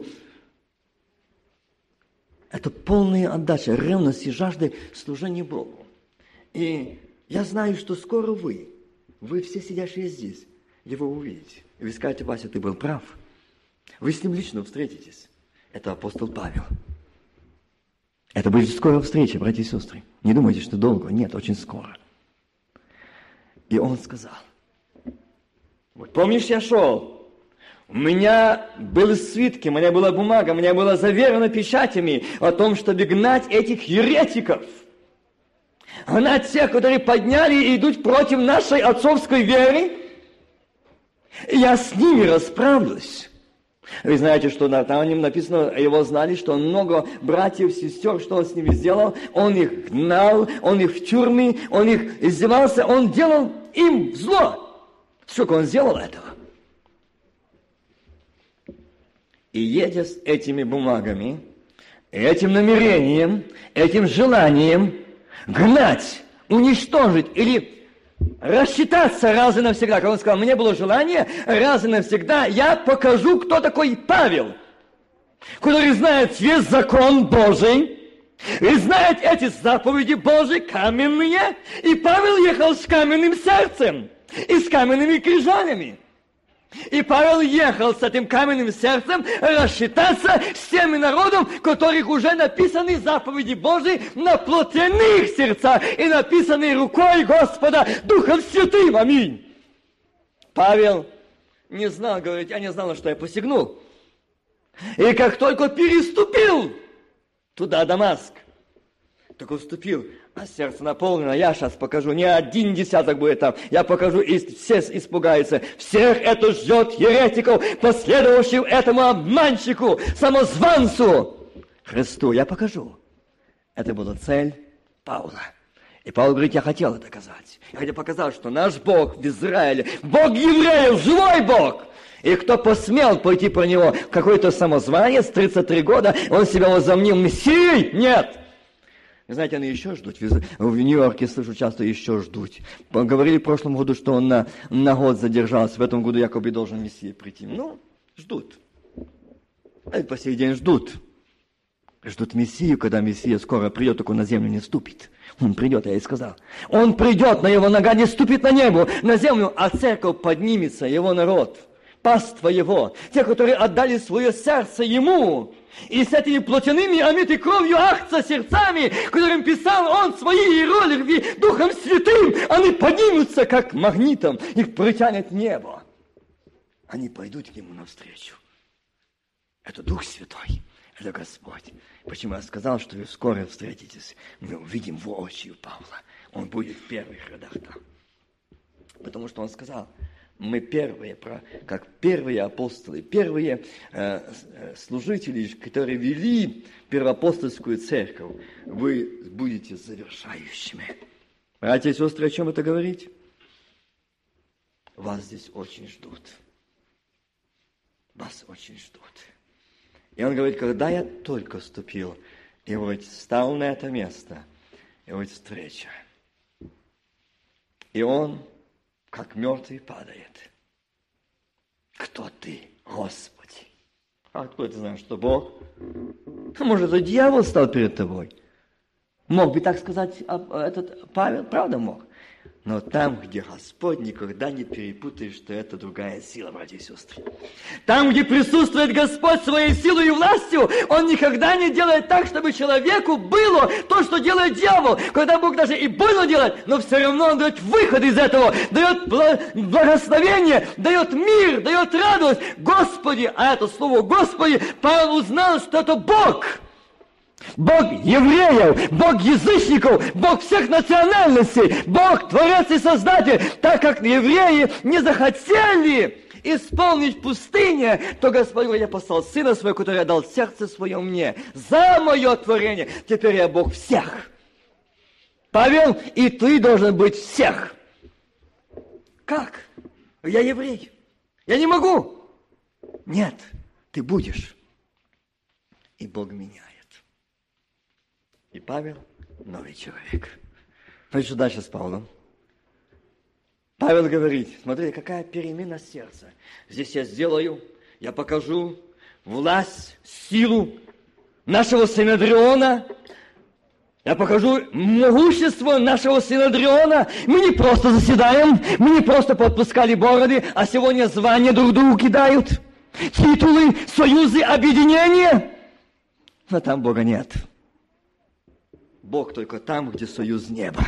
S1: полную отдачу, ревность и жажды служения Богу. И я знаю, что скоро вы все сидящие здесь, его увидите. И вы скажете, Вася, ты был прав. Вы с ним лично встретитесь. Это апостол Павел. Это будет скоро встреча, братья и сестры. Не думайте, что долго. Нет, очень скоро. И он сказал, вот помнишь, я шел, у меня были свитки, у меня была бумага, у меня было заверено печатями о том, чтобы гнать этих еретиков. Гнать тех, которые подняли и идут против нашей отцовской веры. Я с ними расправлюсь. Вы знаете, что там о нем написано, его знали, что он много братьев, сестер, что он с ними сделал. Он их гнал, он их в тюрьмы, он их издевался, он делал им зло. Сколько он сделал этого? И едя с этими бумагами, этим намерением, этим желанием гнать, уничтожить или рассчитаться раз и навсегда. Как он сказал, мне было желание раз и навсегда, я покажу, кто такой Павел, который знает весь закон Божий, и знает эти заповеди Божьи, каменные. И Павел ехал с каменным сердцем и с каменными крижалями. И Павел ехал с этим каменным сердцем рассчитаться с теми народом, у которых уже написаны заповеди Божьи на плотяных сердцах и написаны рукой Господа Духом Святым. Аминь. Павел не знал, говорит, я не знал, на что я посягнул. И как только переступил туда, Дамаск, так он вступил, а сердце наполнено, я сейчас покажу, не 1 десяток будет там, я покажу, и все испугаются. Всех это ждет еретиков, последовавших этому обманщику, самозванцу Христу. Я покажу. Это была цель Павла. И Павел говорит, я хотел это доказать. Я хотел показать, что наш Бог в Израиле, Бог евреев, живой Бог. И кто посмел пойти про него, какой-то самозванец, 33 года, он себя возомнил мессией? Нет. Вы знаете, они еще ждут. В Нью-Йорке, слышу, часто еще ждут. Говорили в прошлом году, что он на год задержался. В этом году якобы должен мессия прийти. Ну, ждут. А по сей день ждут. Ждут мессию, когда мессия скоро придет, только на землю не ступит. Он придет, я и сказал. Он придет, но его нога не ступит на небо, на землю, а церковь поднимется, его народ. Паства его, те, которые отдали свое сердце ему, и с этими плотяными, омитой кровью ахца сердцами, которым писал он свои иероглифы Духом Святым, они поднимутся, как магнитом, их притянет небо. Они пойдут к нему навстречу. Это Дух Святой, это Господь. Почему я сказал, что вы скоро встретитесь, мы увидим воочию Павла. Он будет в первых рядах там. Потому что он сказал, мы первые, как первые апостолы, первые служители, которые вели первоапостольскую церковь, вы будете завершающими. Братья и сестры, о чем это говорить? Вас здесь очень ждут. Вас очень ждут. И он говорит, когда я только вступил, и вот стал на это место, и вот встреча. И он как мертвый падает. Кто ты, Господи? А откуда ты знаешь, что Бог? Может, это дьявол стал перед тобой? Мог бы так сказать этот Павел? Правда мог? Но там, где Господь, никогда не перепутаешь, что это другая сила, братья и сестры. Там, где присутствует Господь своей силой и властью, Он никогда не делает так, чтобы человеку было то, что делает дьявол. Когда Бог даже и больно делает, но все равно Он дает выход из этого, дает благословение, дает мир, дает радость. Господи, а это слово Господи, Павел узнал, что это Бог. Бог евреев, Бог язычников, Бог всех национальностей, Бог Творец и Создатель. Так как евреи не захотели исполнить пустыне, то Господь говорит, я послал Сына Своего, который отдал сердце Свое мне за мое творение. Теперь я Бог всех. Павел, и ты должен быть всех. Как? Я еврей. Я не могу. Нет, ты будешь. И Бог меняет. И Павел новый человек. Ну и что дальше с Павлом? Павел говорит, смотри, какая перемена сердца. Здесь я сделаю, я покажу власть, силу нашего Синедриона. Я покажу могущество нашего Синедриона. Мы не просто заседаем, мы не просто подпускали бороды, а сегодня звания друг другу кидают. Титулы, союзы, объединения. Но там Бога нет. Бог только там, где союз неба.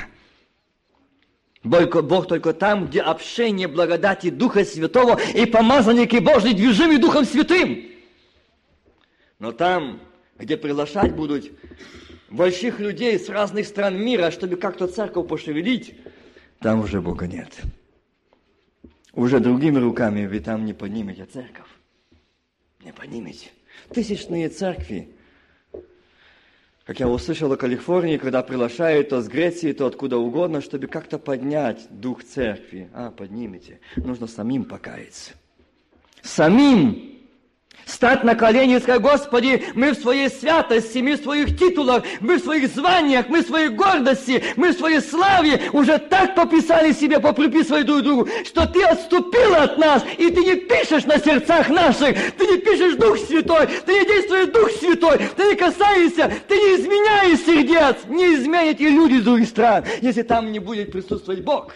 S1: Бог только там, где общение благодати Духа Святого и помазанники Божьи, движимы Духом Святым. Но там, где приглашать будут больших людей с разных стран мира, чтобы как-то церковь пошевелить, там уже Бога нет. Уже другими руками вы там не поднимете церковь. Не поднимете. Тысячные церкви, как я услышал в Калифорнии, когда приглашают то с Греции, то откуда угодно, чтобы как-то поднять дух церкви. Поднимите. Нужно самим покаяться. Самим Встать на колени и сказать: Господи, мы в своей святости, мы в своих титулах, мы в своих званиях, мы в своей гордости, мы в своей славе уже так пописали себе, поприписывали друг другу, что Ты отступила от нас, и Ты не пишешь на сердцах наших, Ты не пишешь Дух Святой, Ты не действуешь Дух Святой, Ты не касаешься, Ты не изменяешь сердец, не изменят и люди из других стран, если там не будет присутствовать Бог.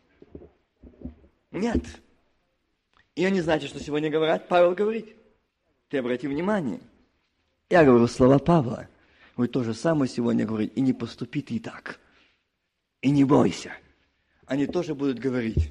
S1: Нет. И они, знаете, что сегодня говорят? Павел говорит. Ты обрати внимание. Я говорю слова Павла. Вы то же самое сегодня говорите. И не поступи ты так. И не бойся. Они тоже будут говорить.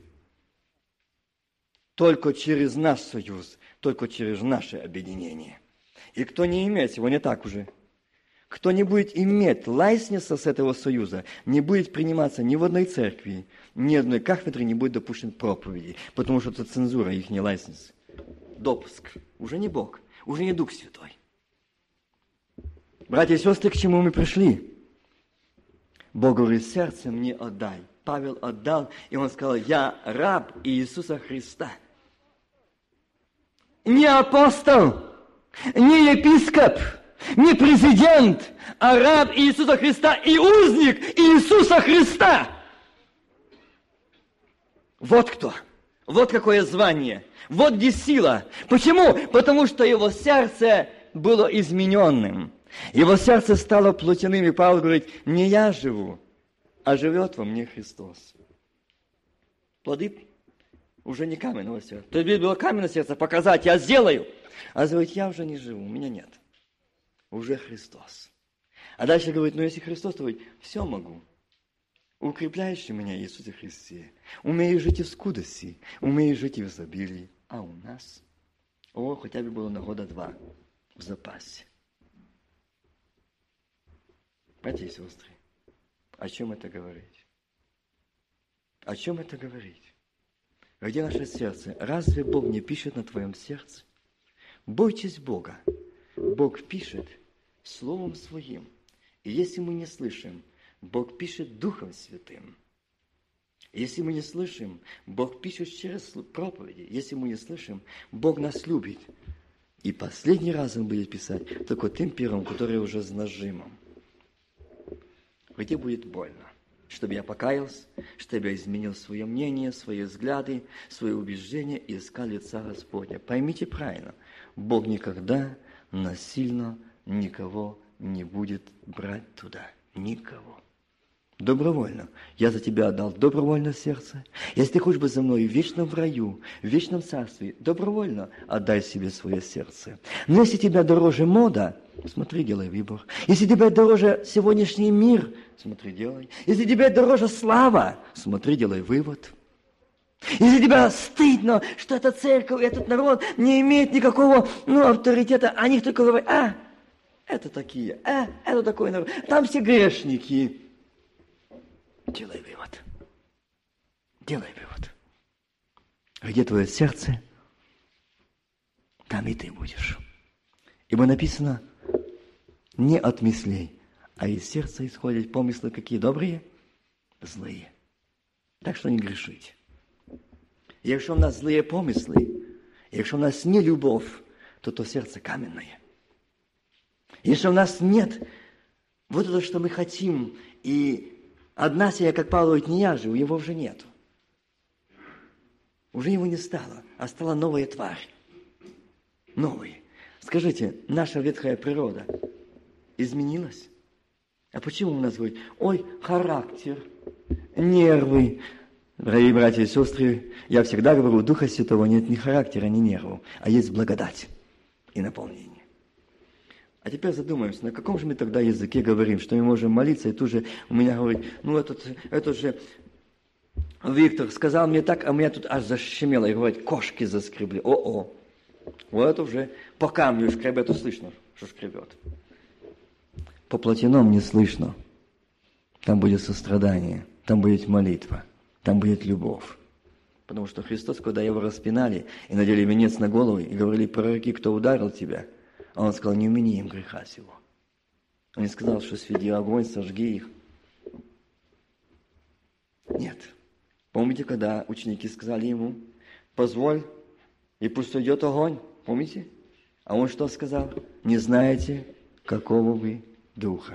S1: Только через наш союз, только через наше объединение. И кто не имеет, сегодня так уже, кто не будет иметь лайснеса с этого союза, не будет приниматься ни в одной церкви, ни одной кафедры не будет допущен проповеди, потому что это цензура, их не лайснес. Допуск. Уже не Бог, уже не Дух Святой. Братья и сестры, к чему мы пришли? Бог говорит: сердце мне отдай. Павел отдал, и он сказал: я раб Иисуса Христа. Не апостол, не епископ, не президент, а раб Иисуса Христа и узник Иисуса Христа. Вот кто. Вот какое звание. Вот где сила. Почему? Потому что его сердце было измененным. Его сердце стало плотяным. И Павел говорит: не я живу, а живет во мне Христос. Плоды уже не каменного сердца. То есть было каменное сердце, показать: я сделаю. А говорит: я уже не живу, у меня нет. Уже Христос. А дальше говорит: ну если Христос, то говорит: все могу. Укрепляющий меня Иисусе Христе. Умею жить и в скудости, умею жить и в изобилии. А у нас, хотя бы было на года 2 в запасе. Братья и сестры, о чем это говорить? О чем это говорить? Где наше сердце? Разве Бог не пишет на твоем сердце? Бойтесь Бога. Бог пишет Словом Своим. И если мы не слышим, Бог пишет Духом Святым. Если мы не слышим, Бог пишет через проповеди. Если мы не слышим, Бог нас любит. И последний раз Он будет писать только тем пером, который уже с нажимом. Где будет больно? Чтобы я покаялся, чтобы я изменил свое мнение, свои взгляды, свои убеждения и искал лица Господня. Поймите правильно, Бог никогда насильно никого не будет брать туда. Никого. Добровольно. Я за тебя отдал добровольно сердце. Если ты хочешь быть за мной в вечном раю, в вечном царстве, добровольно отдай себе свое сердце. Но если тебя дороже мода, смотри, делай выбор. Если тебе дороже сегодняшний мир, смотри, делай. Если тебе дороже слава, смотри, делай вывод. Если тебе стыдно, что эта церковь, этот народ не имеет никакого авторитета, о них только говорят: это такие, это такой народ, там все грешники. Делай вывод. Делай вывод. Где твое сердце, там и ты будешь. Ибо написано: не от мыслей, а из сердца исходят помыслы какие? Добрые? Злые. Так что не грешите. Якщо в нас злые помыслы, якщо в нас не любовь, то сердце каменное. Если у нас нет вот это, что мы хотим, и одна сия, как Павел говорит, не я живу, его уже нету. Уже его не стало, а стала новая тварь. Новая. Скажите, наша ветхая природа изменилась? А почему у нас говорит: характер, нервы? Дорогие братья и сестры, я всегда говорю, у Духа Святого нет ни характера, ни нервов, а есть благодать и наполнение. А теперь задумаемся, на каком же мы тогда языке говорим, что мы можем молиться, и тут же у меня говорит: этот же Виктор сказал мне так, а у меня тут аж защемело, и говорит: кошки заскребли. Вот это уже по камню шкребет, услышно, что шкребет. По плотинам не слышно. Там будет сострадание, там будет молитва, там будет любовь. Потому что Христос, когда его распинали и надели венец на голову, и говорили: пророки, кто ударил тебя? А он сказал: не умени им греха сего. Он не сказал, что сведи огонь, сожги их. Нет. Помните, когда ученики сказали ему: позволь, и пусть уйдет огонь. Помните? А он что сказал? Не знаете, какого вы духа.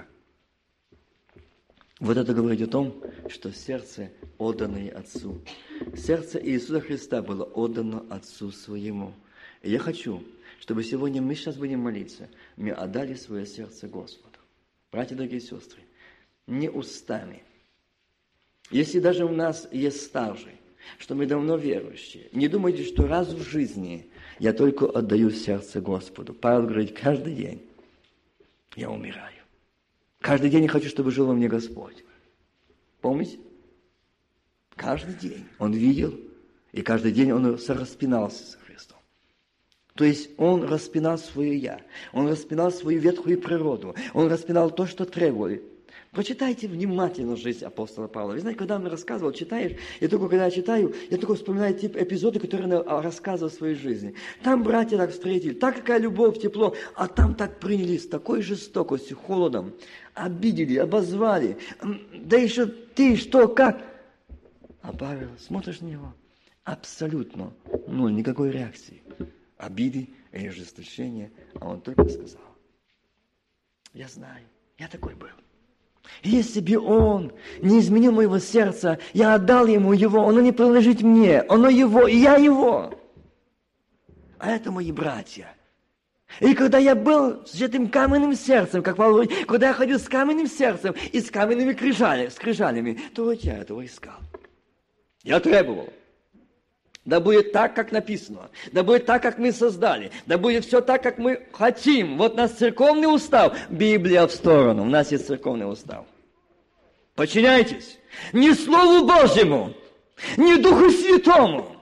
S1: Вот это говорит о том, что сердце, отданное Отцу. Сердце Иисуса Христа было отдано Отцу Своему. И я хочу, чтобы сегодня мы сейчас будем молиться, мы отдали свое сердце Господу. Братья, дорогие сестры, не устами. Если даже у нас есть стажи, что мы давно верующие, не думайте, что раз в жизни я только отдаю сердце Господу. Павел говорит, каждый день я умираю. Каждый день я хочу, чтобы жил во мне Господь. Помните? Каждый день он видел, и каждый день он распинался со Христом. То есть он распинал свое «я», он распинал свою ветхую природу, он распинал то, что требует. Прочитайте внимательно жизнь апостола Павла. Вы знаете, когда он рассказывал, читаешь, и только когда я читаю, я только вспоминаю те эпизоды, которые он рассказывал в своей жизни. Там братья так встретили, так какая любовь, тепло, а там так приняли с такой жестокостью, холодом, обидели, обозвали. Да еще ты что, как? А Павел, смотришь на него, абсолютно ноль, никакой реакции. Обиды или ожесточения, а он только сказал, я знаю, я такой был. Если бы он не изменил моего сердца, я отдал ему его, оно не принадлежит мне, оно его, и я его. А это мои братья. И когда я был с этим каменным сердцем, как Павел говорит, когда я ходил с каменным сердцем и с каменными скрижалями, то вот я этого искал. Я требовал. Да будет так, как написано. Да будет так, как мы создали. Да будет все так, как мы хотим. Вот у нас церковный устав. Библия в сторону. У нас есть церковный устав. Подчиняйтесь. Не Слову Божьему, не Духу Святому.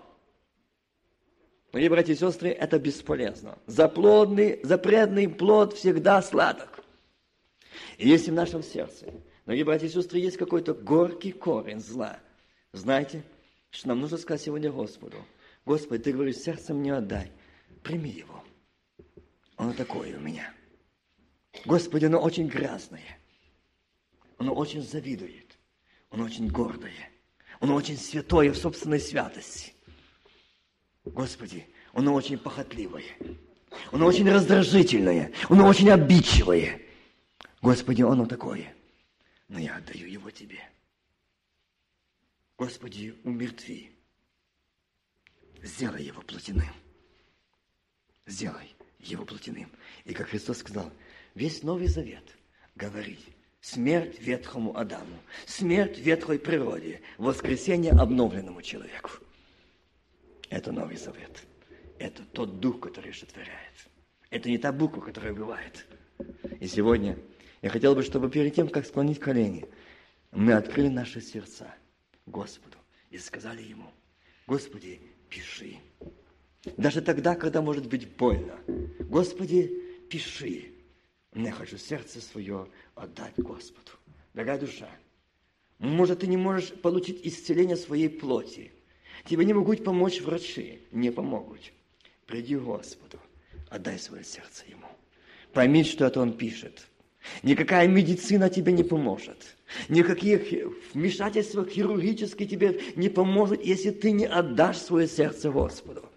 S1: Мои братья и сестры, это бесполезно. Запретный плод всегда сладок. И если в нашем сердце, мои братья и сестры, есть какой-то горький корень зла, знаете, что нам нужно сказать сегодня Господу. Господи, Ты говоришь, сердцем не отдай. Прими его. Оно такое у меня. Господи, оно очень грязное. Оно очень завидует. Оно очень гордое. Оно очень святое в собственной святости. Господи, оно очень похотливое. Оно очень раздражительное. Оно очень обидчивое. Господи, оно такое. Но я отдаю его Тебе. Господи, умертви. Сделай его плотяным. Сделай его плотяным. И как Христос сказал, весь Новый Завет говорит, смерть ветхому Адаму, смерть ветхой природе, воскресение обновленному человеку. Это Новый Завет. Это тот дух, который сотворяет. Это не та буква, которая убивает. И сегодня я хотел бы, чтобы перед тем, как склонить колени, мы открыли наши сердца Господу и сказали Ему, Господи, пиши. Даже тогда, когда может быть больно. Господи, пиши. Я хочу сердце свое отдать Господу. Дорогая душа, может, ты не можешь получить исцеление своей плоти. Тебе не могут помочь врачи. Не помогут. Приди к Господу, отдай свое сердце Ему. Пойми, что это Он пишет. Никакая медицина тебе не поможет. Никакие вмешательства хирургические тебе не поможет, если ты не отдашь свое сердце Господу.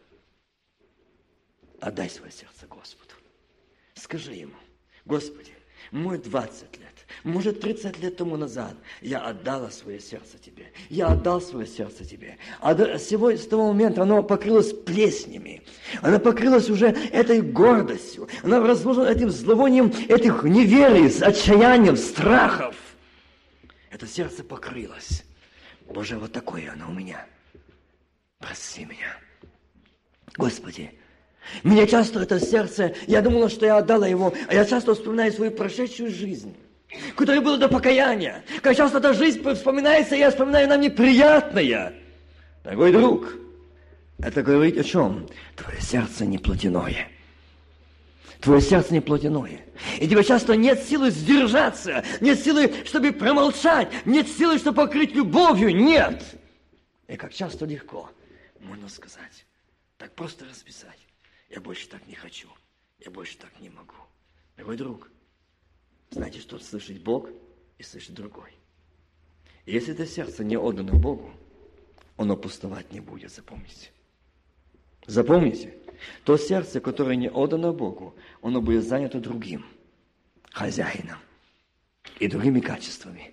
S1: Отдай свое сердце Господу. Скажи Ему, Господи, может 20 лет, может 30 лет тому назад я отдала свое сердце Тебе. Я отдал свое сердце Тебе. А с того момента оно покрылось плеснями. Оно покрылось уже этой гордостью. Оно разложено этим зловонием этих неверий, отчаянием, страхов. Это сердце покрылось. Боже, вот такое оно у меня. Прости меня. Господи, меня часто это сердце, я думала, что я отдала его, а я часто вспоминаю свою прошедшую жизнь, которая была до покаяния. Как часто эта жизнь вспоминается, я вспоминаю нам неприятное. Дорогой друг, это говорит о чем? Твое сердце не плотяное. Твое сердце не плотяное. И тебе часто нет силы сдержаться, нет силы, чтобы промолчать, нет силы, чтобы покрыть любовью, нет. И как часто легко, можно сказать, так просто расписать. Я больше так не хочу, я больше так не могу. Дорогой друг, знаете, что слышит Бог и слышит другой. И если это сердце не отдано Богу, оно пустовать не будет, запомните. Запомните, То сердце, которое не отдано Богу, оно будет занято другим хозяином и другими качествами.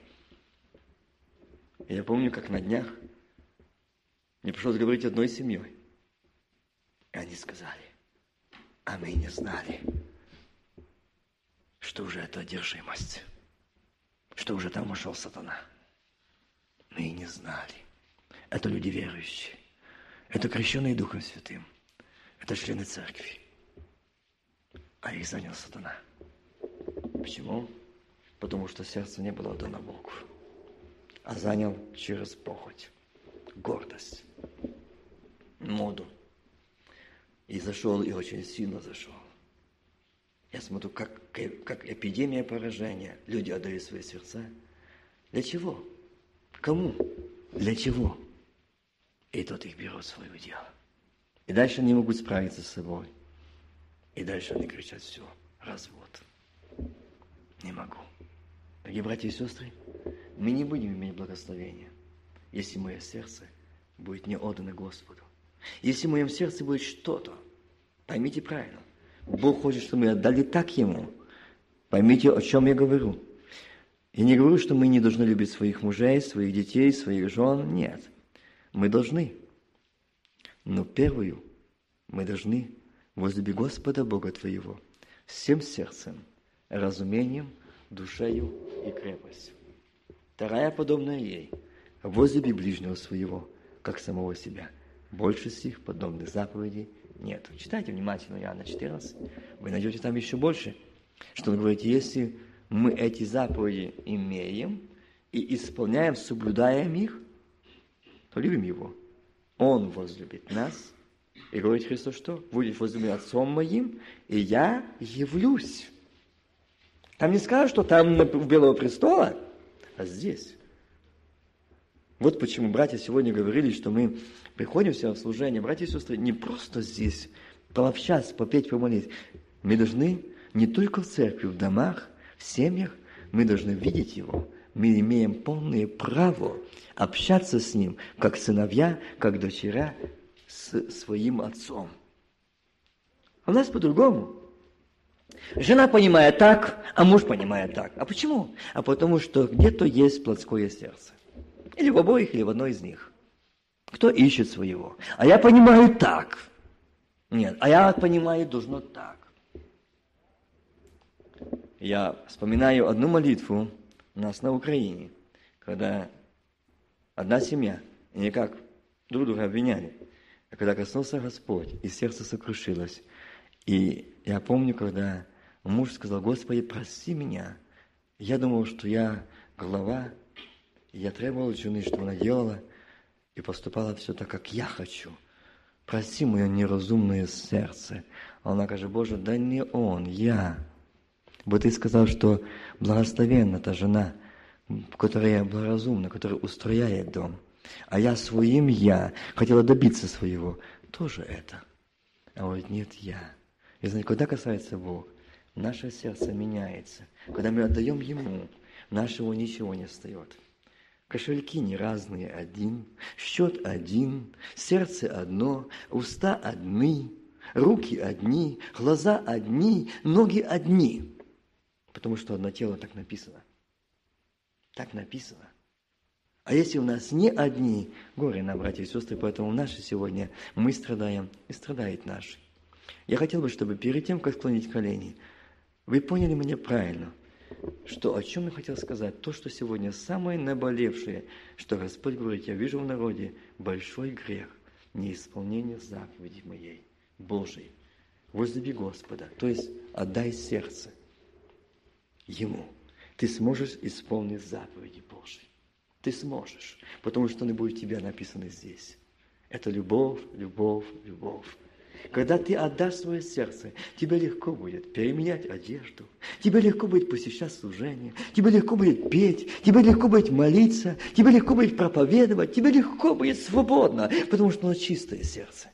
S1: Я помню, как на днях мне пришлось говорить одной семьей. И они сказали, а мы не знали, что уже это одержимость, что уже там ушел сатана. Мы и не знали. Это люди верующие. Это крещенные Духом Святым. Это члены церкви. А их занял сатана. Почему? Потому что сердце не было отдано Богу, а занял через похоть, гордость, моду. И зашел, и очень сильно зашел. Я смотрю, как эпидемия поражения. Люди отдают свои сердца. Для чего? Кому? Для чего? И тот их берет в свое дело. И дальше они могут справиться с собой. И дальше они кричат, все, развод. Не могу. Дорогие братья и сестры, мы не будем иметь благословения, если мое сердце будет не отдано Господу. Если в моем сердце будет что-то, поймите правильно, Бог хочет, чтобы мы отдали так Ему. Поймите, о чем я говорю. Я не говорю, что мы не должны любить своих мужей, своих детей, своих жен. Нет. Мы должны. Но первую мы должны возлюбить Господа Бога твоего всем сердцем, разумением, душею и крепостью. Вторая, подобная ей, возлюби ближнего своего, как самого себя. Больше сих подобных заповедей нет. Читайте внимательно Иоанна 14, вы найдете там еще больше, что он говорит, если мы эти заповеди имеем и исполняем, соблюдаем их, то любим Его. Он возлюбит нас. И говорит Христос, что? Будешь возлюблен Отцом Моим, и я явлюсь. Там не скажут, что там у Белого престола, а здесь. Вот почему братья сегодня говорили, что мы приходим все в служение. Братья и сестры, не просто здесь пообщаться, попеть, помолиться. Мы должны не только в церкви, в домах, в семьях, мы должны видеть Его. Мы имеем полное право общаться с Ним, как сыновья, как дочеря, с своим отцом. А у нас по-другому. Жена понимает так, а муж понимает так. А почему? А потому что где-то есть плотское сердце. Или в обоих, или в одной из них. Кто ищет своего? А я понимаю так. Нет, а я понимаю, должно так. Я вспоминаю одну молитву у нас на Украине, когда одна семья, и никак друг друга обвиняли, а когда коснулся Господь, и сердце сокрушилось. И я помню, когда муж сказал, Господи, прости меня. Я думал, что я глава, и я требовал от жены, чтобы она делала, и поступала все так, как я хочу. Прости мое неразумное сердце. А она говорит, Боже, да не он, я. Вот ты сказал, что благословенна та жена, которая благоразумна, которая устрояет дом. А я своим я хотела добиться своего. Тоже это. А вот нет, я. И знаете, когда касается Бога, наше сердце меняется. Когда мы отдаем Ему, нашего ничего не остается. Кошельки не разные, один, счет один, сердце одно, уста одни, руки одни, глаза одни, ноги одни. Потому что одно тело так написано. Так написано. А если у нас не одни, горе нам, братья и сестры, поэтому наши сегодня мы страдаем, и страдает наши. Я хотел бы, чтобы перед тем, как склонить колени, вы поняли меня правильно, что о чем я хотел сказать, то, что сегодня самое наболевшее, что Господь говорит, я вижу в народе большой грех, неисполнение заповеди моей, Божией. Возлюби Господа, то есть отдай сердце Ему. Ты сможешь исполнить заповеди Божьи. Ты сможешь, потому что они будут у тебя написаны здесь. Это любовь, любовь, любовь. Когда ты отдашь свое сердце, тебе легко будет переменять одежду, тебе легко будет посещать служение, тебе легко будет петь, тебе легко будет молиться, тебе легко будет проповедовать, тебе легко будет свободно, потому что оно чистое сердце.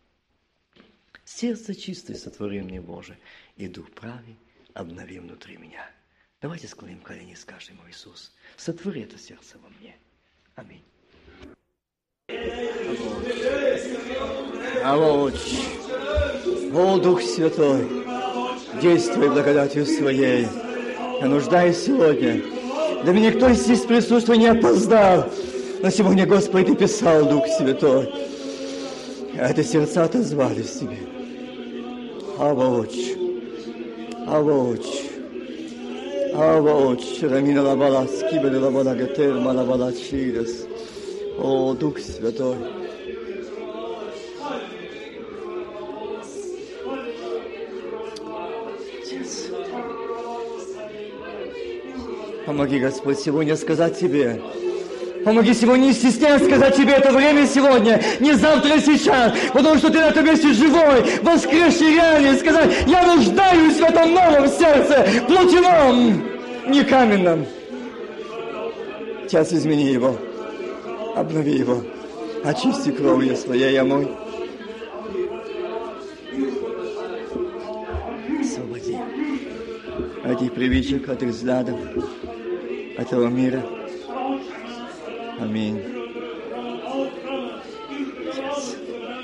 S1: Сердце чистое сотвори мне, Боже, и дух правый обнови внутри меня. Давайте склоним колени и скажем ему, Иисус, сотвори это сердце во мне. Аминь. Алло, О, Дух Святой, действуй благодатью Своей. Я нуждаюсь сегодня. Да мне никто из здесь присутствующих не опоздал. Но сегодня, Господи, Ты писал, Дух Святой. А это сердца отозвались Тебе. Авоч, авоч, авоч, рамина лабала, скибеда лабала, гатер, малабала, чирес. О, Дух Святой. Отец. Помоги, Господь, сегодня сказать Тебе. Помоги сегодня не стесняться сказать Тебе это время сегодня, не завтра, а сейчас, потому что Ты на этом месте живой, воскресший, реальный, сказать, я нуждаюсь в этом новом сердце, плотяном, не каменном. Сейчас измени его, обнови его, очисти кровью Своей, омой. Освободи от этих привычек, от их взглядов, этого мира. Аминь. Отец.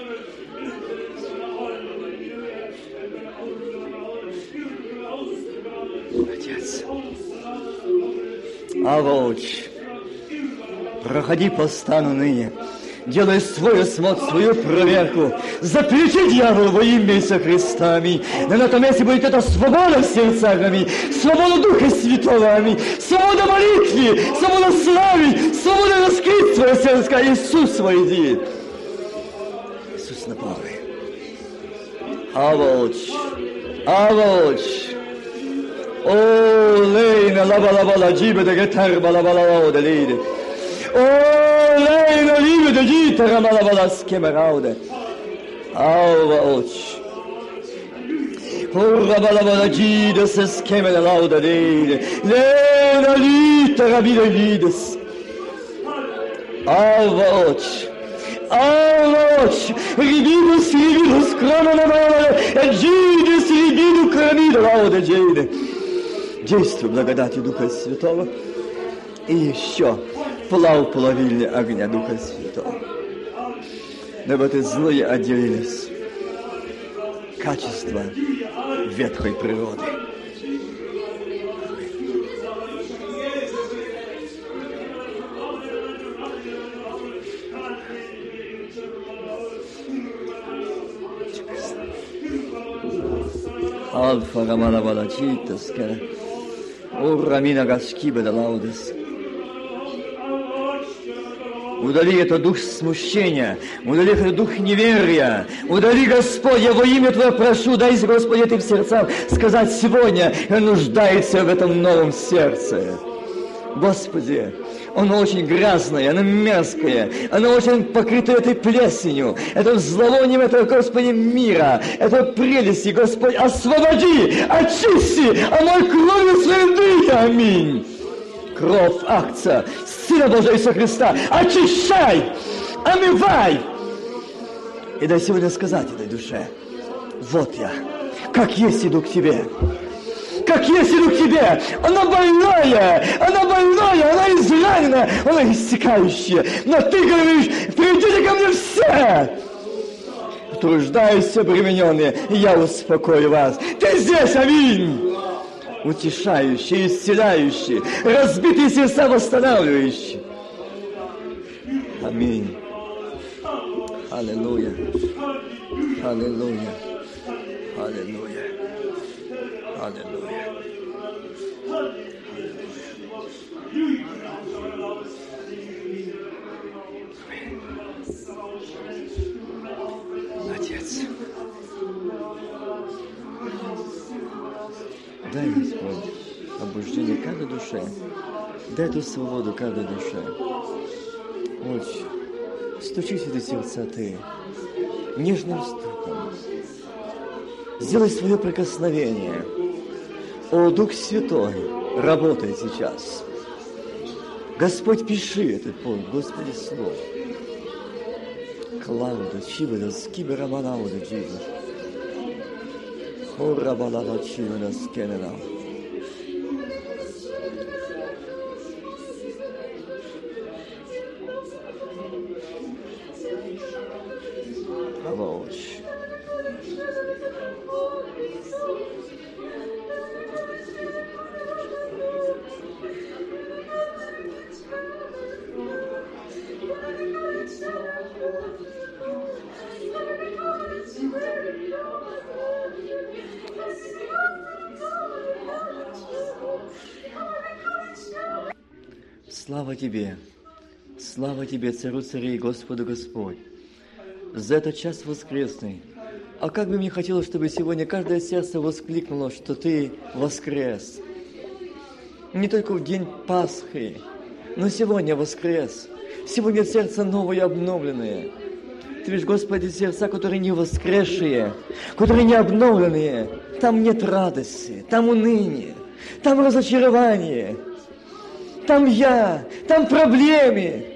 S1: Отец. Авоч. Проходи по стану ныне. Делай свой осмотр, свою проверку. Запрети дьяволу во имя Иисуса Христа. Аминь. Но на этом месте будет эта свобода в сердцах. Аминь. Свобода Духа Святого. Аминь. Свобода молитвы. Свобода славы. Свобода раскрыть свое сердце. Иисус войди. Иисус напавай. Авоч. Авоч. О, лейна лаба-лаба-ла джибеда гетар балабалао да лейде. О, лейна либеда гитара малабала скемерауде. Авоч. Urra balabala gides skemela lauda leide. Lena lita rabida gides. Avvoch. Avvoch. Ribidus krona na mala. Gides ribidu kramida lauda gide. Действуй благодатью Духа Святого. И еще плав плавильня огня Духа Святого. Дабы ты злые отделились. Качества ветхой природы. Альфа рамана валачитас, урамина гаскиба да лаудес. Удали этот дух смущения, удали этот дух неверия, удали, Господь, я во имя Твое прошу, дай, Господи, этим сердцам сказать сегодня, я нуждается в этом новом сердце. Господи, оно очень грязное, оно мерзкое, оно очень покрыто этой плесенью, это зловонием этого, Господи, мира, это прелести, Господь, освободи, очисти, омой кровью своей дыхи, аминь. Кровь акция Сына Божьего Иисуса Христа, очищай, омывай. И дай сегодня сказать этой душе, вот я, как есть иду к Тебе. Как есть иду к Тебе. Она больная, она изранена, она иссякающая. Но Ты говоришь, придите ко мне все, труждающиеся, обремененные, и я успокою вас. Ты здесь, аминь. Утешающий, исцеляющий, разбитые сердца восстанавливающий. Аминь. Аллилуйя. Аллилуйя. Аллилуйя. Аллилуйя. Отец. Дай, Господь, побуждение каждой душе. Дай эту свободу каждой душе. Отче, стучись в эти сердца Ты нежным стуком. Сделай свое прикосновение. О, Дух Святой, работай сейчас. Господь, пиши этот пункт, Господи, слово. Клауда, чивада, скибера, манауда, джиба. Ура балала чивана скенена. Авоч. Слава Тебе, Царю царей, Господу Господь, за этот час воскресный. А как бы мне хотелось, чтобы сегодня каждое сердце воскликнуло, что Ты воскрес. Не только в день Пасхи, но сегодня воскрес. Сегодня сердце новое, обновленное. Ты видишь, Господи, сердца, которые не воскресшие, которые не обновленные, там нет радости, там уныние, там разочарование, там там проблемы,